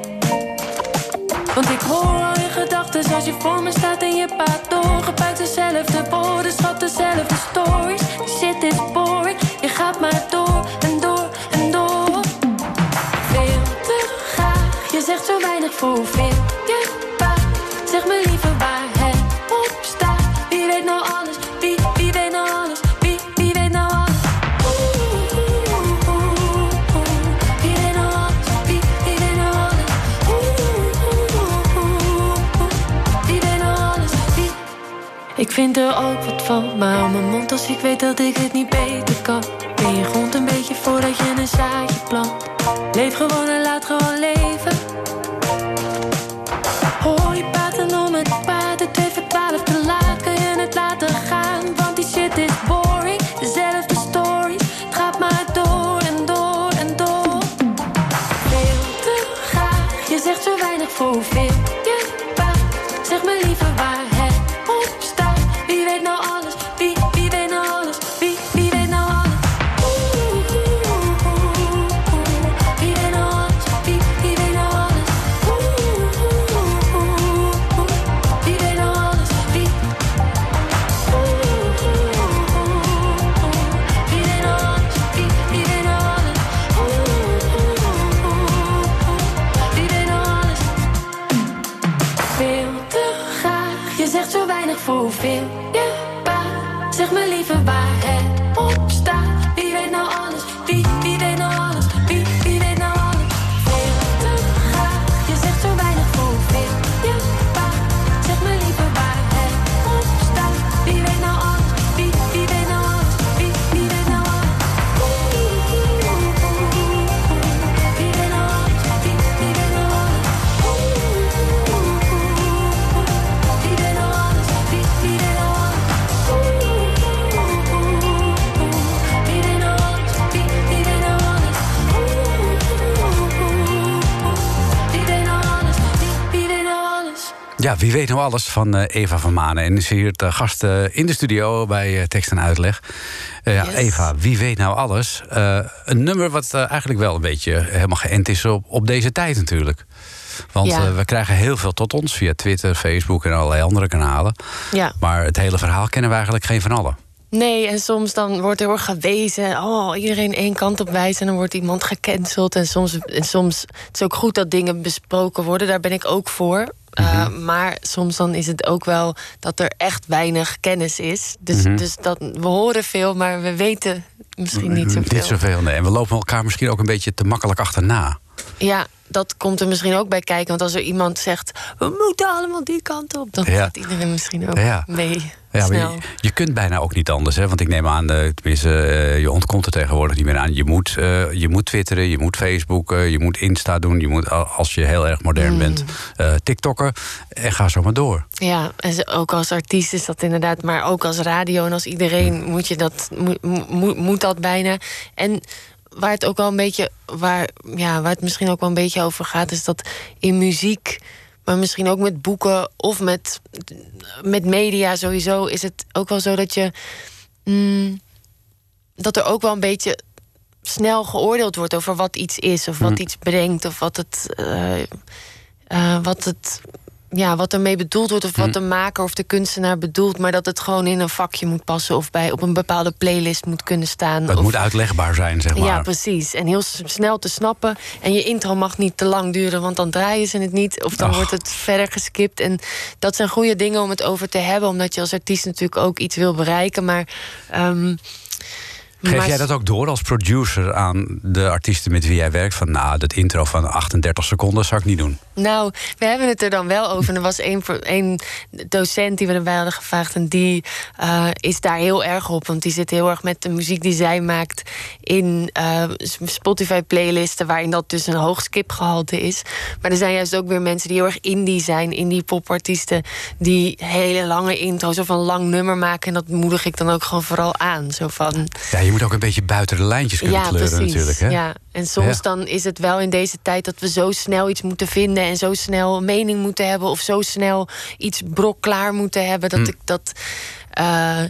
Want ik hoor al je gedachten als je voor me staat en je praat door. Gebruik dezelfde woorden, schat dezelfde stories. Die shit is boring, je gaat maar door en door en door. Veel te graag, je zegt zo weinig voor hoeveel je waard. Zeg me liever waar het op staat. Wie weet nou alles, wie, wie weet nou alles, wie, wie weet nou alles. Oeh, oeh, oeh, oeh, oeh. Wie weet nou alles, wie, wie weet nou alles. Oeh, oeh, oeh, oeh, oeh. Wie weet nou alles, wie. Ik vind er ook wat van, maar hou mijn mond als ik weet dat ik het niet beter kan. Ben je grond een beetje voordat je een zaadje plant. Leef gewoon en laat gewoon leven. Hoor je praten om het praten, twee voor twaalf te laat. Kan je het laten gaan, want die shit is boring. Dezelfde weinig voor hoeveel je baat. Zeg me liever waar het op staat. Wie weet nou alles, wie, wie weet nou alles, wie, wie weet nou alles. Oeh, oeh, oeh, oeh, oeh. Wie weet nou alles, wie, wie weet nou alles. Oeh, oeh, oeh, oeh, oeh. Wie weet nou alles, wie. Oeh, oeh, oeh, oeh. Wie weet nou alles, wie, wie weet nou alles. Oeh, oeh, oeh, oeh. Wie weet nou alles. Veel te graag, je zegt zo weinig voor hoeveel je baat. Zeg me liever waar het op staat. Wie weet nou alles, wie, wie weet nou alles, wie, wie weet nou alles. Veel te graag, je zegt zo weinig voor hoeveel je baat. Zeg me liever waar het op staat. Wie weet nou alles, wie, wie weet nou alles, wie, wie weet nou alles. Oeh, oeh, oeh, oeh, oeh. Wie weet nou alles, wie, wie weet nou alles. Oeh, oeh, oeh, oeh, oeh. Wie weet nou alles, wie, wie weet nou alles. Oeh, oeh, oeh, oeh, oeh. Wie weet nou alles, wie, wie weet nou alles. Oeh, oeh, oeh, oeh. Wie weet nou alles, wie, wie weet nou alles. Ja, wie weet nou alles van eh, Eva van Manen. En is hier te gast eh, in de studio bij eh, Tekst en Uitleg. Eh, ja, Yes. Eva, wie weet nou alles? Eh, een nummer wat eh, eigenlijk wel een beetje helemaal geënt is op, op deze tijd natuurlijk. Want Ja. eh, we krijgen heel veel tot ons via Twitter, Facebook en allerlei andere kanalen. Ja. Maar het hele verhaal kennen we eigenlijk geen van allen. Nee, en soms dan wordt er heel erg gewezen. Oh, iedereen één kant op wijzen en dan wordt iemand gecanceld. En soms, en soms het is ook goed dat dingen besproken worden. Daar ben ik ook voor. Uh, maar soms dan is het ook wel dat er echt weinig kennis is. Dus, Mhm. dus dat, we horen veel, maar we weten misschien niet zoveel. Niet zoveel, nee. En we lopen elkaar misschien ook een beetje te makkelijk achterna. Ja, dat komt er misschien ook bij kijken. Want als er iemand zegt, we moeten allemaal die kant op, dan Ja. gaat iedereen misschien ook Ja. mee. Ja, maar snel. je, je kunt bijna ook niet anders. Hè? Want ik neem aan, eh, tenminste, eh, je ontkomt er tegenwoordig niet meer aan. Je moet, eh, je moet twitteren, je moet facebooken, je moet Insta doen. Je moet, als je heel erg modern Mm. bent, eh TikTokken. En ga zo maar door. Ja, en ze- ook als artiest is dat inderdaad, maar ook als radio en als iedereen moet je dat, moet, moet, moet dat bijna. En waar het ook wel een beetje, waar, ja, waar het misschien ook wel een beetje over gaat, is dat in muziek, maar misschien ook met boeken of met, met media sowieso, is het ook wel zo dat je mm, dat er ook wel een beetje snel geoordeeld wordt over wat iets is, of wat Mm. iets brengt, of wat het, eh, eh, wat het, ja, wat ermee bedoeld wordt, of wat Mm. de maker of de kunstenaar bedoelt, maar dat het gewoon in een vakje moet passen of bij op een bepaalde playlist moet kunnen staan. Het of, moet uitlegbaar zijn, zeg maar. ja, precies. En heel s- snel te snappen. En je intro mag niet te lang duren, want dan draaien ze het niet. Of dan Ach. wordt het verder geskipt. En dat zijn goede dingen om het over te hebben, omdat je als artiest natuurlijk ook iets wil bereiken. Maar. ehm, Geef maar jij dat ook door als producer aan de artiesten met wie jij werkt? Van, nou, dat intro van achtendertig seconden zou ik niet doen. Nou, we hebben het er dan wel over. Er was één, pro- één docent die we erbij hadden gevraagd, en die uh, is daar heel erg op. Want die zit heel erg met de muziek die zij maakt in uh, Spotify-playlisten, waarin dat dus een hoog skipgehalte is. Maar er zijn juist ook weer mensen die heel erg indie zijn, indie popartiesten, die hele lange intro's of een lang nummer maken. En dat moedig ik dan ook gewoon vooral aan. Zo van, Ja, je moet ook een beetje buiten de lijntjes kunnen ja, kleuren precies. natuurlijk. Hè? Ja. En soms Ja. dan is het wel in deze tijd dat we zo snel iets moeten vinden en zo snel een mening moeten hebben of zo snel iets brok klaar moeten hebben, dat Hm. ik dat. Uh,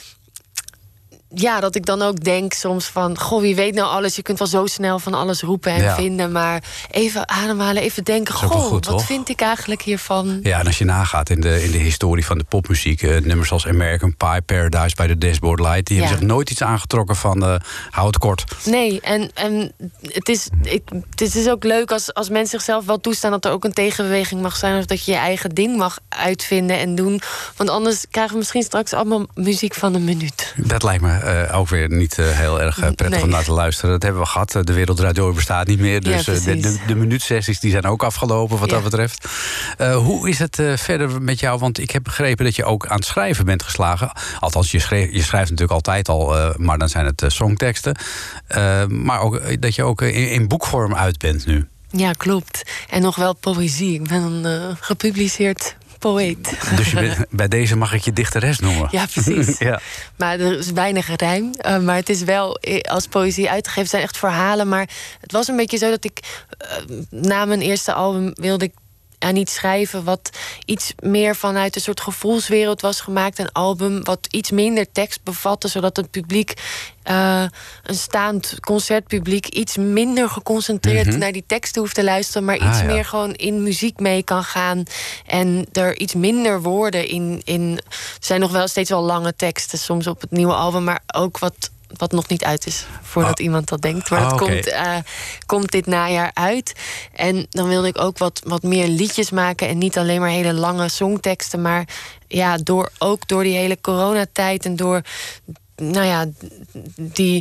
ja, dat ik dan ook denk soms van, goh, wie weet nou alles. Je kunt wel zo snel van alles roepen en Ja. vinden, maar even ademhalen, even denken, Dat is ook wel goh, goed, wat toch? vind ik eigenlijk hiervan? Ja, en als je nagaat in de, in de historie van de popmuziek, eh, nummers als American Pie, Paradise by the Dashboard Light, die Ja. hebben zich nooit iets aangetrokken van uh, hou het kort. Nee, en, en het, is, ik, het is ook leuk als, als mensen zichzelf wel toestaan dat er ook een tegenbeweging mag zijn, of dat je je eigen ding mag uitvinden en doen. Want anders krijgen we misschien straks allemaal muziek van een minuut. Dat lijkt me uh, ook weer niet uh, heel erg uh, prettig Nee. om naar te luisteren. Dat hebben we gehad. De Wereld Draait Door bestaat niet meer. Dus Ja, uh, de, precies. de, de minuutsessies die zijn ook afgelopen wat Ja. dat betreft. Uh, hoe is het uh, verder met jou? Want ik heb begrepen dat je ook aan het schrijven bent geslagen. Althans, je, schreef, je schrijft natuurlijk altijd al, uh, maar dan zijn het uh, songteksten. Uh, maar ook uh, dat je ook uh, in, in boekvorm uit bent nu. Ja, klopt. En nog wel poëzie. Ik ben een uh, gepubliceerd poëet. Dus je bent, bij deze mag ik je dichteres noemen. Ja, precies. Ja. Maar er is weinig rijm. Uh, maar het is wel eh, als poëzie uitgegeven. Het zijn echt verhalen. Maar het was een beetje zo dat ik uh, na mijn eerste album wilde ik aan iets schrijven wat iets meer vanuit een soort gevoelswereld was gemaakt. Een album wat iets minder tekst bevatte, zodat het publiek, uh, een staand concertpubliek, iets minder geconcentreerd Mm-hmm. naar die teksten hoeft te luisteren, maar Ah, iets ja. meer gewoon in muziek mee kan gaan. En er iets minder woorden in. in er zijn nog wel steeds wel lange teksten soms op het nieuwe album, maar ook wat. Wat nog niet uit is, voordat Oh. iemand dat denkt. Maar Oh, dat oké. komt, uh, komt dit najaar uit. En dan wilde ik ook wat, wat meer liedjes maken. En niet alleen maar hele lange songteksten. Maar ja, door, ook door die hele coronatijd. En door, nou ja, die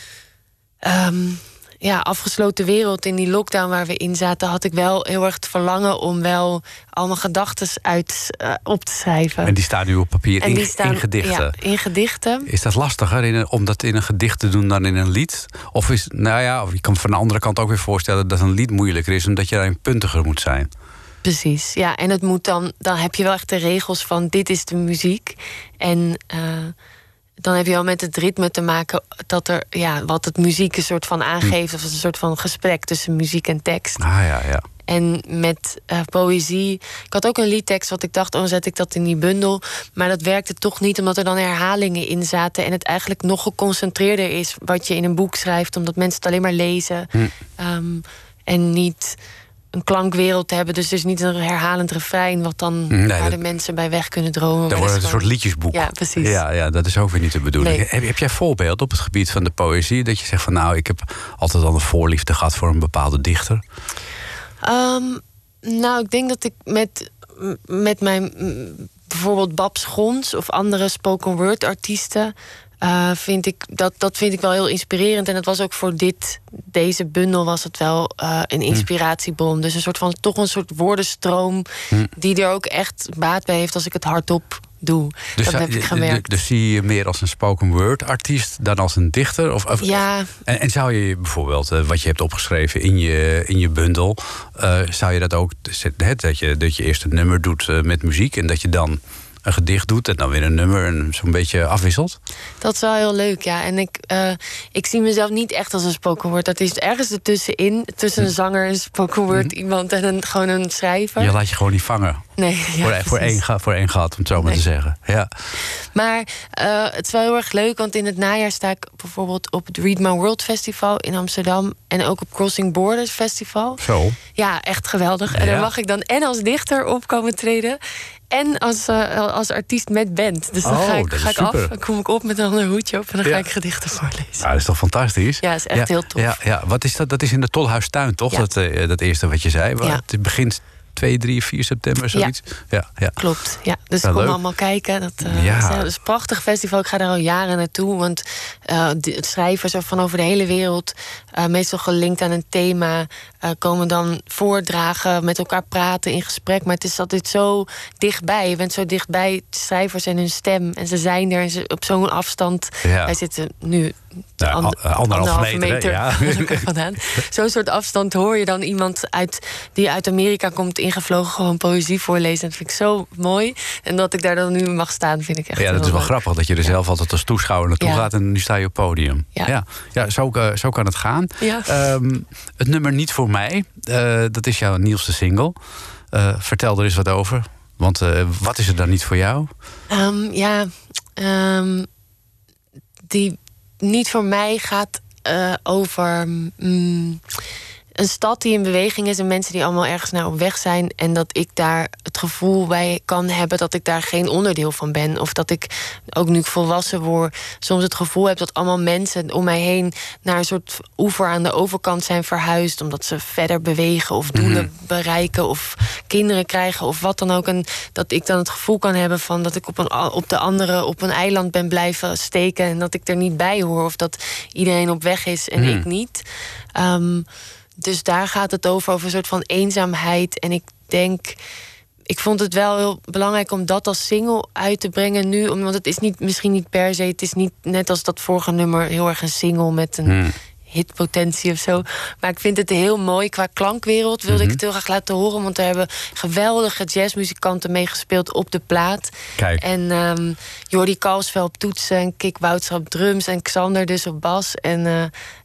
um, ja, afgesloten wereld in die lockdown waar we in zaten, had ik wel heel erg het verlangen om wel al mijn gedachten uit uh, op te schrijven. En die staan nu op papier En in, die staan, in gedichten. Ja, in gedichten. Is dat lastiger in een, om dat in een gedicht te doen dan in een lied? Of is, nou ja, of je kan van de andere kant ook weer voorstellen dat een lied moeilijker is, omdat je daarin puntiger moet zijn. Precies, ja. En het moet dan, dan heb je wel echt de regels van dit is de muziek. En uh, dan heb je wel met het ritme te maken dat er, ja, wat het muziek een soort van aangeeft, of een soort van gesprek tussen muziek en tekst. Ah ja, ja. En met uh, poëzie. Ik had ook een liedtekst wat ik dacht, oh, dan zet ik dat in die bundel. Maar dat werkte toch niet, omdat er dan herhalingen in zaten. En het eigenlijk nog geconcentreerder is wat je in een boek schrijft, omdat mensen het alleen maar lezen. Hm. Um, en niet een klankwereld hebben. Dus er is niet een herhalend refrein wat dan Nee, waar dat- de mensen bij weg kunnen dromen. Dan Maar wordt dat het is een soort gewoon- liedjesboek. Ja, precies. Ja, ja, dat is ook weer niet de bedoeling. Nee. Heb, heb jij voorbeelden op het gebied van de poëzie? Dat je zegt van nou, ik heb altijd al een voorliefde gehad voor een bepaalde dichter. Um, nou, ik denk dat ik met, met mijn mm, bijvoorbeeld Babs Gons of andere spoken word artiesten, uh, vind ik dat, dat vind ik wel heel inspirerend. En het was ook voor dit, deze bundel was het wel uh, een inspiratiebron. Dus een soort van toch een soort woordenstroom Hm. die er ook echt baat bij heeft als ik het hardop doe. Dus, dat heb ik gemerkt. dus zie je meer als een spoken word artiest dan als een dichter? Of, of- Ja. En, en zou je bijvoorbeeld uh, wat je hebt opgeschreven in je, in je bundel, uh, zou je dat ook, hè, dat, je, dat je eerst een nummer doet uh, met muziek en dat je dan een gedicht doet en dan weer een nummer en zo'n beetje afwisselt? Dat is wel heel leuk, ja. En ik, uh, ik zie mezelf niet echt als een spoken word. Dat is ergens ertussenin, tussen een zanger, een spoken word iemand en een, gewoon een schrijver. Je laat je gewoon niet vangen. Nee, ja, voor, voor, één, ga- voor één gat, om het zo maar Nee. te zeggen. Ja. Maar uh, het is wel heel erg leuk, want in het najaar sta ik bijvoorbeeld op het Read My World Festival in Amsterdam en ook op Crossing Borders Festival. Zo. Ja, echt geweldig. En Ja. dan mag ik dan en als dichter opkomen treden en als, uh, als artiest met band. Dus dan Oh, ga ik, dat is ga ik af, super. dan kom ik op met een ander hoedje op en dan Ja. ga ik gedichten voorlezen. Ja, dat is toch fantastisch? Ja, is echt heel tof. Ja, ja. Wat is dat? Dat is in de Tolhuistuin, toch? Ja. Dat, uh, dat eerste wat je zei. Ja. Het begint twee, drie, vier september, zoiets. Ja, ja. Klopt, ja. Dus Ja, kom leuk. allemaal kijken. Dat, uh, Ja. is, uh, dat is een prachtig festival. Ik ga daar al jaren naartoe. Want uh, de, het schrijvers van over de hele wereld, uh, meestal gelinkt aan een thema, uh, komen dan voordragen, met elkaar praten, in gesprek. Maar het is altijd zo dichtbij. Je bent zo dichtbij de schrijvers en hun stem. En ze zijn er en ze op zo'n afstand. Ja. Wij zitten nu Nou, and- al- anderhalve meter, hè? Ja. van elkaar vandaan. Zo'n soort afstand hoor je dan iemand uit, die uit Amerika komt ingevlogen gewoon poëzie voorlezen. Dat vind ik zo mooi. En dat ik daar dan nu mag staan, vind ik echt Ja, dat heel is wel leuk. grappig dat je er zelf altijd als toeschouwer naartoe Ja. gaat en nu sta je op het podium. Ja. ja. Ja, zo, uh, zo kan het gaan. Ja. Ehm, het nummer Niet voor mij, uh, dat is jouw nieuwste single. Uh, vertel er eens wat over. Want uh, wat is er dan niet voor jou? Um, ja, um, die niet voor mij gaat uh, over mm, een stad die in beweging is en mensen die allemaal ergens naar op weg zijn. En dat ik daar het gevoel bij kan hebben dat ik daar geen onderdeel van ben. Of dat ik, ook nu ik volwassen word, soms het gevoel heb dat allemaal mensen om mij heen naar een soort oever aan de overkant zijn verhuisd. Omdat ze verder bewegen of doelen Mhm. bereiken of kinderen krijgen of wat dan ook. En dat ik dan het gevoel kan hebben van dat ik op, een, op de andere, op een eiland ben blijven steken. En dat ik er niet bij hoor. Of dat iedereen op weg is en Mhm. ik niet. Um, Dus daar gaat het over, over een soort van eenzaamheid. En ik denk, ik vond het wel heel belangrijk om dat als single uit te brengen nu. Want het is niet, misschien niet per se, het is niet net als dat vorige nummer heel erg een single met een Hmm. hitpotentie of zo. Maar ik vind het heel mooi. Qua klankwereld wilde Mhm. ik het heel graag laten horen. Want er hebben geweldige jazzmuzikanten meegespeeld op de plaat. Kijk. En um, Jordi Kalsveld op toetsen en Kik Woudstra op drums en Xander dus op bas. En, uh,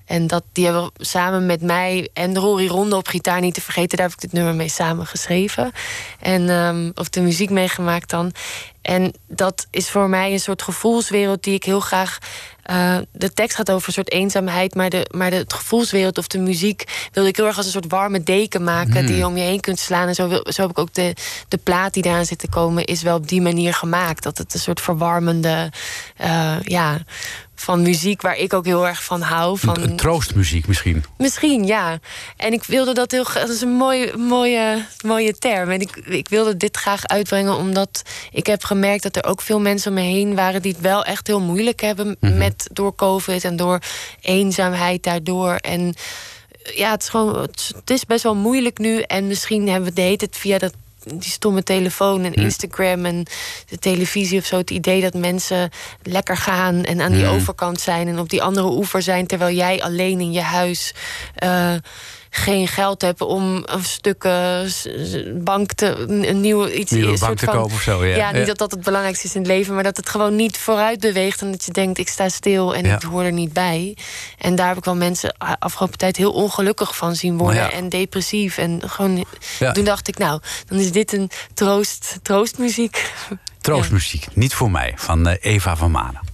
En dat, die hebben samen met mij en Rory Ronde op gitaar, niet te vergeten, daar heb ik dit nummer mee samen geschreven. En, um, of de muziek meegemaakt dan. En dat is voor mij een soort gevoelswereld die ik heel graag... Uh, de tekst gaat over een soort eenzaamheid, maar, de, maar de, het gevoelswereld of de muziek wilde ik heel erg als een soort warme deken maken hmm. die je om je heen kunt slaan. En zo, wil, zo heb ik ook de, de plaat die daaraan zit te komen, is wel op die manier gemaakt. Dat het een soort verwarmende, uh, ja, van muziek waar ik ook heel erg van hou. Van... Een, een troostmuziek misschien? Misschien, ja. En ik wilde dat heel graag... Dat is een mooie, mooie, mooie term. En ik, ik wilde dit graag uitbrengen omdat ik heb gemerkt dat er ook veel mensen om me heen waren die het wel echt heel moeilijk hebben mm-hmm. met door COVID en door eenzaamheid daardoor. En ja, het is gewoon... Het is best wel moeilijk nu. En misschien hebben we de hele tijd via dat die stomme telefoon en Instagram en de televisie of zo, het idee dat mensen lekker gaan en aan die mm. overkant zijn en op die andere oever zijn, terwijl jij alleen in je huis uh, geen geld hebt om een stuk uh, bank te, een nieuw iets nieuwe een bank soort te van, kopen of zo. Ja, ja niet ja. dat dat het belangrijkste is in het leven, maar dat het gewoon niet vooruit beweegt en dat je denkt, ik sta stil en ja. ik hoor er niet bij. En daar heb ik wel mensen afgelopen tijd heel ongelukkig van zien worden ja. en depressief. En gewoon, ja. toen dacht ik, nou, dan is dit een troost, troostmuziek. Troostmuziek, ja. Niet voor mij, van uh, Eva van Manen.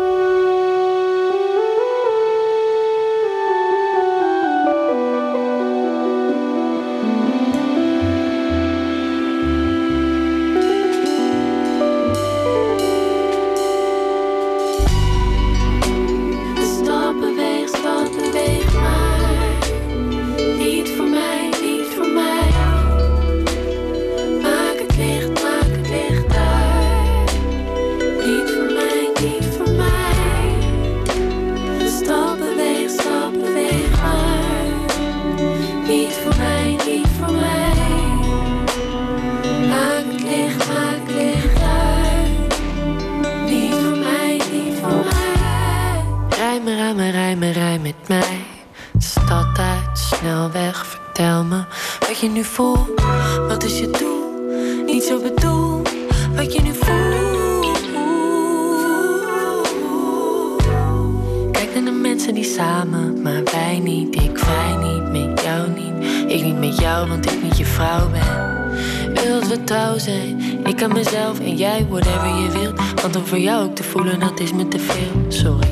je nu voelt, wat is je doel? Niet zo bedoel, wat je nu voelt. Kijk naar de mensen die samen, maar wij niet. Ik, wij niet, met jou niet. Ik niet met jou, want ik niet je vrouw ben. Wil dat we trouw zijn, ik aan mezelf en jij, whatever je wilt. Want om voor jou ook te voelen, dat is me te veel. Sorry.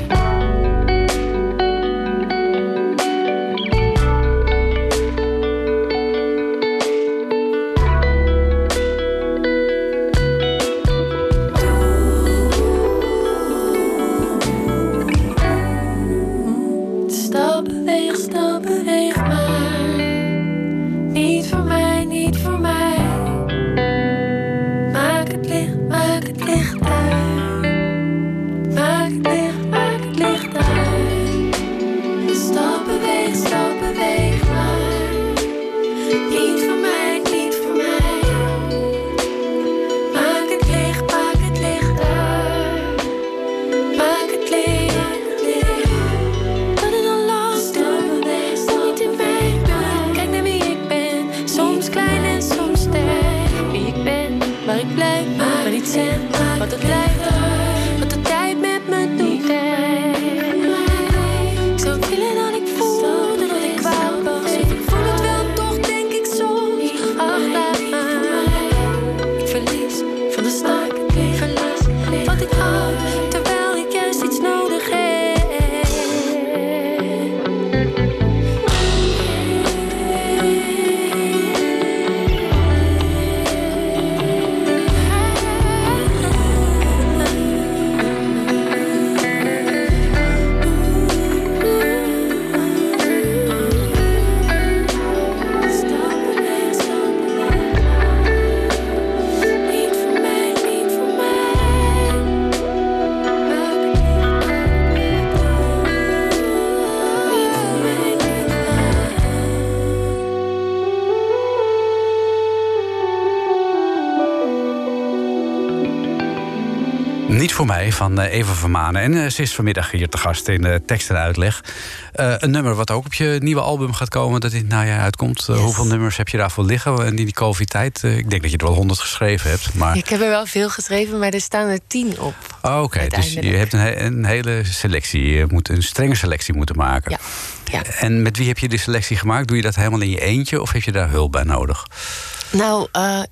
I Niet voor mij, van uh, Eva Vermanen. En uh, ze is vanmiddag hier te gast in uh, tekst en uitleg. Uh, een nummer wat ook op je nieuwe album gaat komen, dat in het najaar uitkomt. Uh, yes. Hoeveel nummers heb je daarvoor liggen in die COVID-tijd? Uh, ik denk dat je er wel honderd geschreven hebt. Maar... Ik heb er wel veel geschreven, maar er staan er tien op. Oh, Oké, okay. Dus je hebt een, een hele selectie, je moet een strenge selectie moeten maken. Ja. Ja. En met wie heb je die selectie gemaakt? Doe je dat helemaal in je eentje of heb je daar hulp bij nodig? Nou, uh,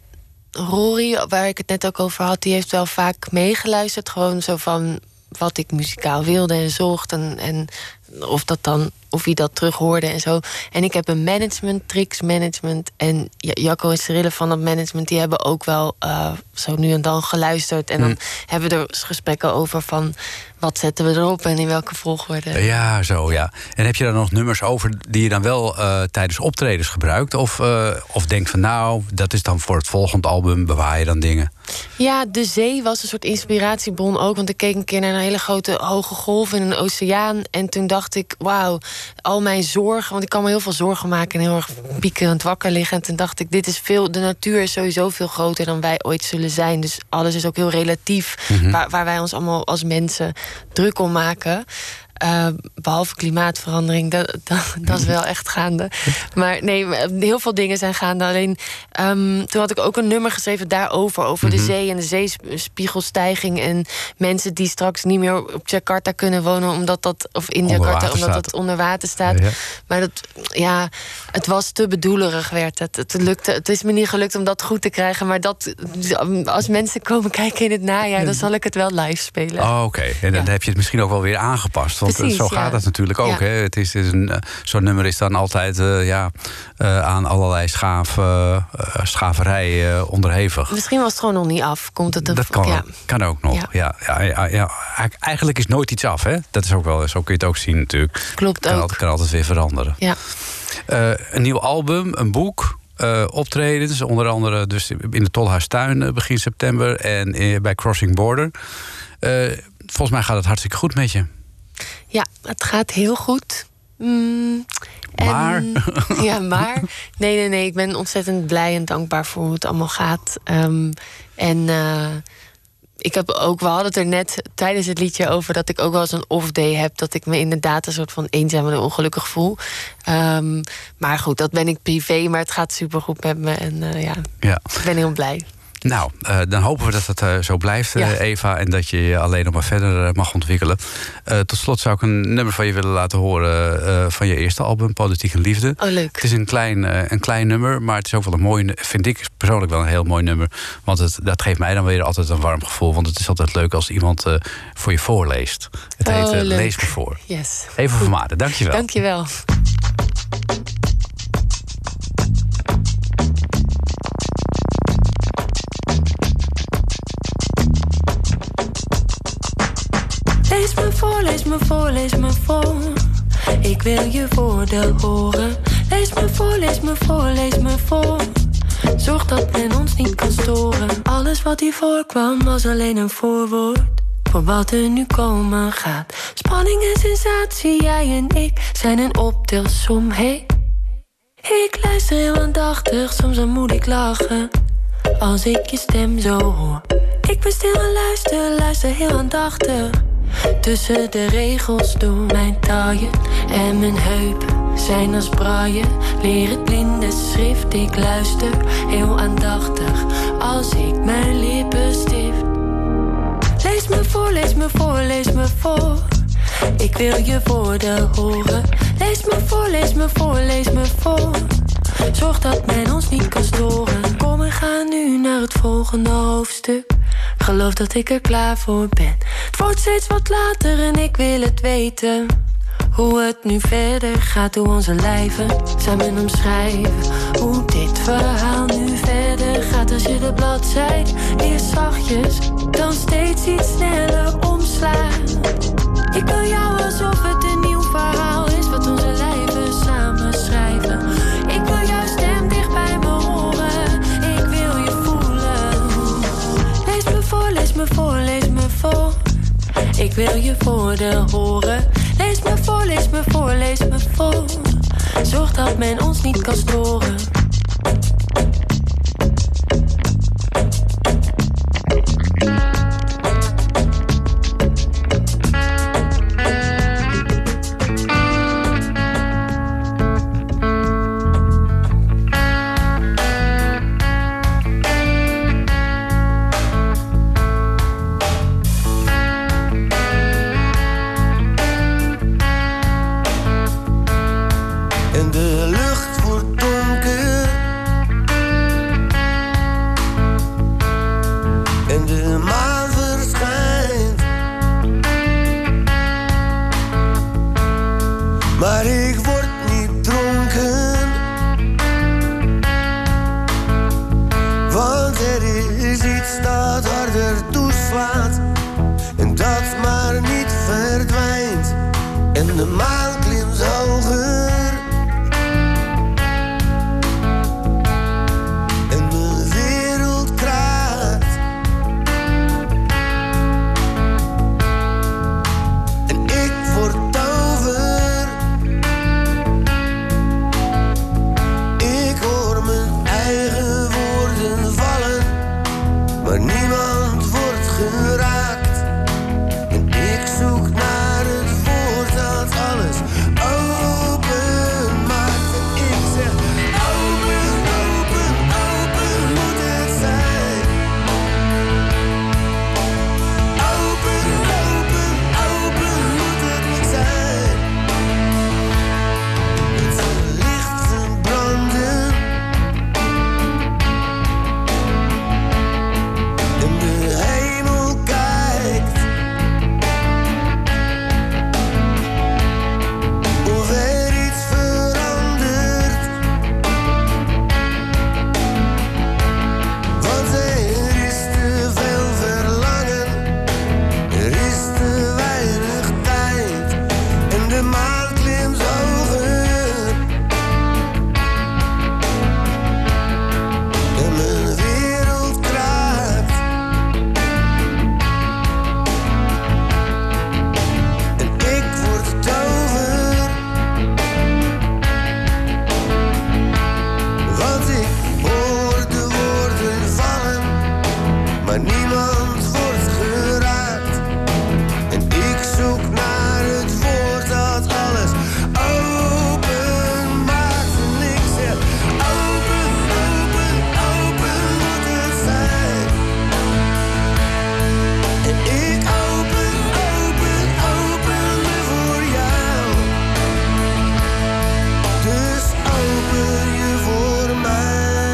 Rory, waar ik het net ook over had, die heeft wel vaak meegeluisterd. Gewoon zo van wat ik muzikaal wilde en zocht. En, en of dat dan, of hij dat terug hoorde en zo. En ik heb een management, Trix management. En Jacco en Cyrille van dat management, die hebben ook wel uh, zo nu en dan geluisterd. En dan hmm. hebben we er gesprekken over van wat zetten we erop en in welke volgorde. Ja, zo ja. En heb je dan nog nummers over die je dan wel uh, tijdens optredens gebruikt? Of, uh, of denkt van nou, dat is dan voor het volgende album, bewaar je dan dingen? Ja, de zee was een soort inspiratiebron ook. Want ik keek een keer naar een hele grote hoge golf in een oceaan. En toen dacht ik, wauw, al mijn zorgen. Want ik kan me heel veel zorgen maken en heel erg piekerend wakker liggen. En toen dacht ik, dit is veel, de natuur is sowieso veel groter dan wij ooit zullen zijn. Dus alles is ook heel relatief. Mm-hmm. waar, waar wij ons allemaal als mensen druk om maken. Uh, behalve klimaatverandering, dat, dat, dat is wel echt gaande. Maar nee, heel veel dingen zijn gaande. Alleen, um, toen had ik ook een nummer geschreven daarover. Over mm-hmm. de zee en de zeespiegelstijging. En mensen die straks niet meer op Jakarta kunnen wonen. Omdat dat, of in Jakarta, omdat het onder water staat. Ja, ja. Maar dat, ja, het was te bedoelerig werd het. Het, lukte, het is me niet gelukt om dat goed te krijgen. Maar dat, als mensen komen kijken in het najaar, dan zal ik het wel live spelen. Oh, oké. Okay. En dan ja. heb je het misschien ook wel weer aangepast. Want Precies, zo gaat ja. het natuurlijk ook. Ja. Hè? Het is, het is een, uh, zo'n nummer is dan altijd uh, ja, uh, aan allerlei schaaf, uh, schaverij uh, onderhevig. Misschien was het gewoon nog niet af. Komt het dat kan, ja. kan ook nog. Ja. Ja, ja, ja, ja. Eigenlijk is nooit iets af. Hè? Dat is ook wel, zo kun je het ook zien natuurlijk. Klopt kan ook. Het kan altijd weer veranderen. Ja. Uh, een nieuw album, een boek. Uh, optredens, onder andere dus in de Tolhuistuin uh, begin september. En uh, bij Crossing Border. Uh, volgens mij gaat het hartstikke goed met je. Ja, het gaat heel goed. Mm, maar? En, ja, maar. Nee, nee, nee. Ik ben ontzettend blij en dankbaar voor hoe het allemaal gaat. Um, en uh, ik heb ook, we hadden het er net tijdens het liedje over dat ik ook wel eens een off-day heb. Dat ik me inderdaad een soort van eenzaam en ongelukkig voel. Um, maar goed, dat ben ik privé. Maar het gaat supergoed met me. En uh, ja, ja, ik ben heel blij. Nou, uh, dan hopen we dat het uh, zo blijft, uh, ja. Eva. En dat je je alleen nog maar verder uh, mag ontwikkelen. Uh, tot slot zou ik een nummer van je willen laten horen uh, van je eerste album, Politiek en Liefde. Oh, leuk. Het is een klein, uh, een klein nummer, maar het is ook wel een mooi, vind ik persoonlijk wel een heel mooi nummer. Want het, dat geeft mij dan weer altijd een warm gevoel. Want het is altijd leuk als iemand uh, voor je voorleest. Het oh, heet uh, leuk. Lees me voor. Yes. Eva Vermanen, dankjewel. Dankjewel. Lees me voor, lees me voor, lees me voor. Ik wil je woorden horen. Lees me voor, lees me voor, lees me voor. Zorg dat men ons niet kan storen. Alles wat hiervoor kwam was alleen een voorwoord voor wat er nu komen gaat. Spanning en sensatie, jij en ik zijn een optelsom, hey. Ik luister heel aandachtig, soms dan moet ik lachen als ik je stem zo hoor. Ik ben stil en luister, luister heel aandachtig. Tussen de regels door mijn taille en mijn heupen zijn als braaien. Leer het blinde schrift, ik luister heel aandachtig als ik mijn lippen stift. Lees me voor, lees me voor, lees me voor. Ik wil je woorden horen. Lees me voor, lees me voor, lees me voor. Zorg dat men ons niet kan storen. Kom, we gaan nu naar het volgende hoofdstuk. Geloof dat ik er klaar voor ben. Het wordt steeds wat later en ik wil het weten. Hoe het nu verder gaat, hoe onze lijven samen omschrijven. Hoe dit verhaal nu verder gaat. Als je de bladzijde eerst zachtjes, dan steeds iets sneller omslaat. Ik wil jou alsof het een nieuw verhaal is, wat onze lijven samen schrijven. Ik wil jouw stem dicht bij me horen. Ik wil je voelen. Lees me voor, lees me voor, lees me voor. Ik wil je woorden horen. Lees me voor, lees me voor, lees me voor. Zorg dat men ons niet kan storen. er is iets dat harder toeslaat en dat maar niet verdwijnt. En de maan klimt hoger. En de wereld kraakt. En ik word tover. Ik hoor mijn eigen woorden vallen, maar niemand wordt geraakt. En ik zoek naar het woord dat alles open maakt. En ik zeg open, open, open moet het zijn. Open, open, open moet het zijn. Het licht branden en de hemel kijkt. Of er iets verandert, want er is te veel verlangen, er is te weinig tijd en de maan klimt hoger. En mijn wereld kraakt. En ik word tover, want ik hoor de woorden vallen, maar niemand wordt geraakt. En ik zoek naar het woord dat alles open maakt. En ik zeg open, open, open moet het zijn. En ik open, open, open me voor jou. Dus open je voor mij.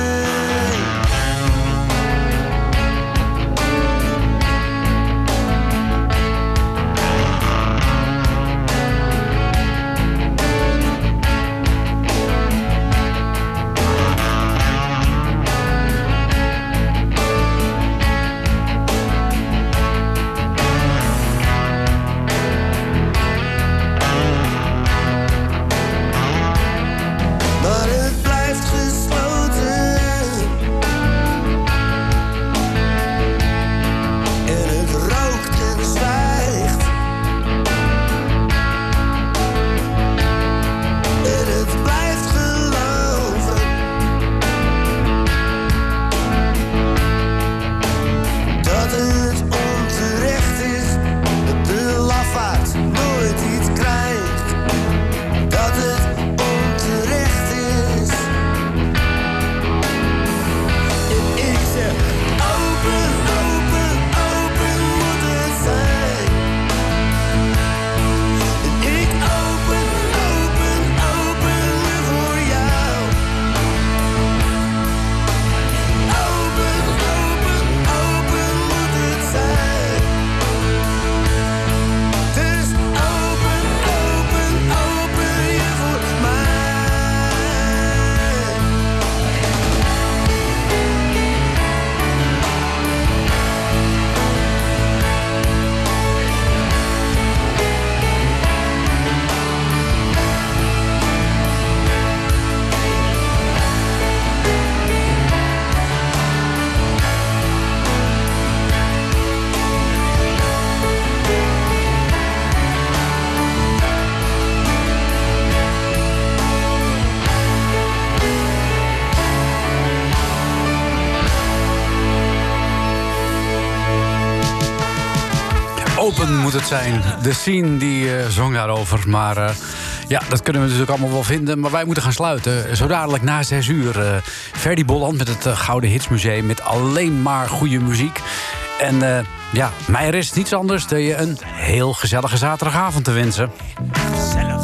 Maar het blijft gesloten en het rookt en zwijgt. En het blijft geloven dat het onterecht is, dat de lafaard nooit iets krijgt, dat het onterecht is. En ik zeg open, open, open moet het zijn. En ik open, open, open me voor jou. Open, open, open moet het zijn. Dus open, open, open je voor mij. Open moet het zijn. De Scene die eh, zong daarover. Maar eh, ja, dat kunnen we natuurlijk allemaal wel vinden. Maar wij moeten gaan sluiten. Zo dadelijk na zes uur. eh Ferdy Bolland met het eh, Gouden Hitsmuseum. Met alleen maar goede muziek. En eh, ja, mij rest niets anders dan je een heel gezellige zaterdagavond te wensen. Gezellig.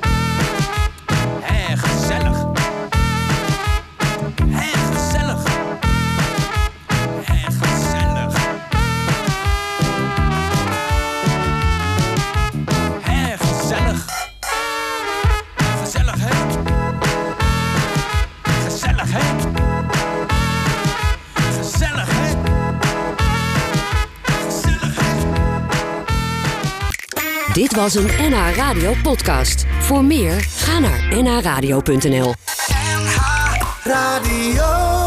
Hé, gezellig. Hé, gezellig. Hé, gezellig. Hé, gezellig. Gezelligheid. Gezelligheid. Gezelligheid. Dit was een N H Radio podcast. Voor meer, ga naar n h radio punt n l. Radio.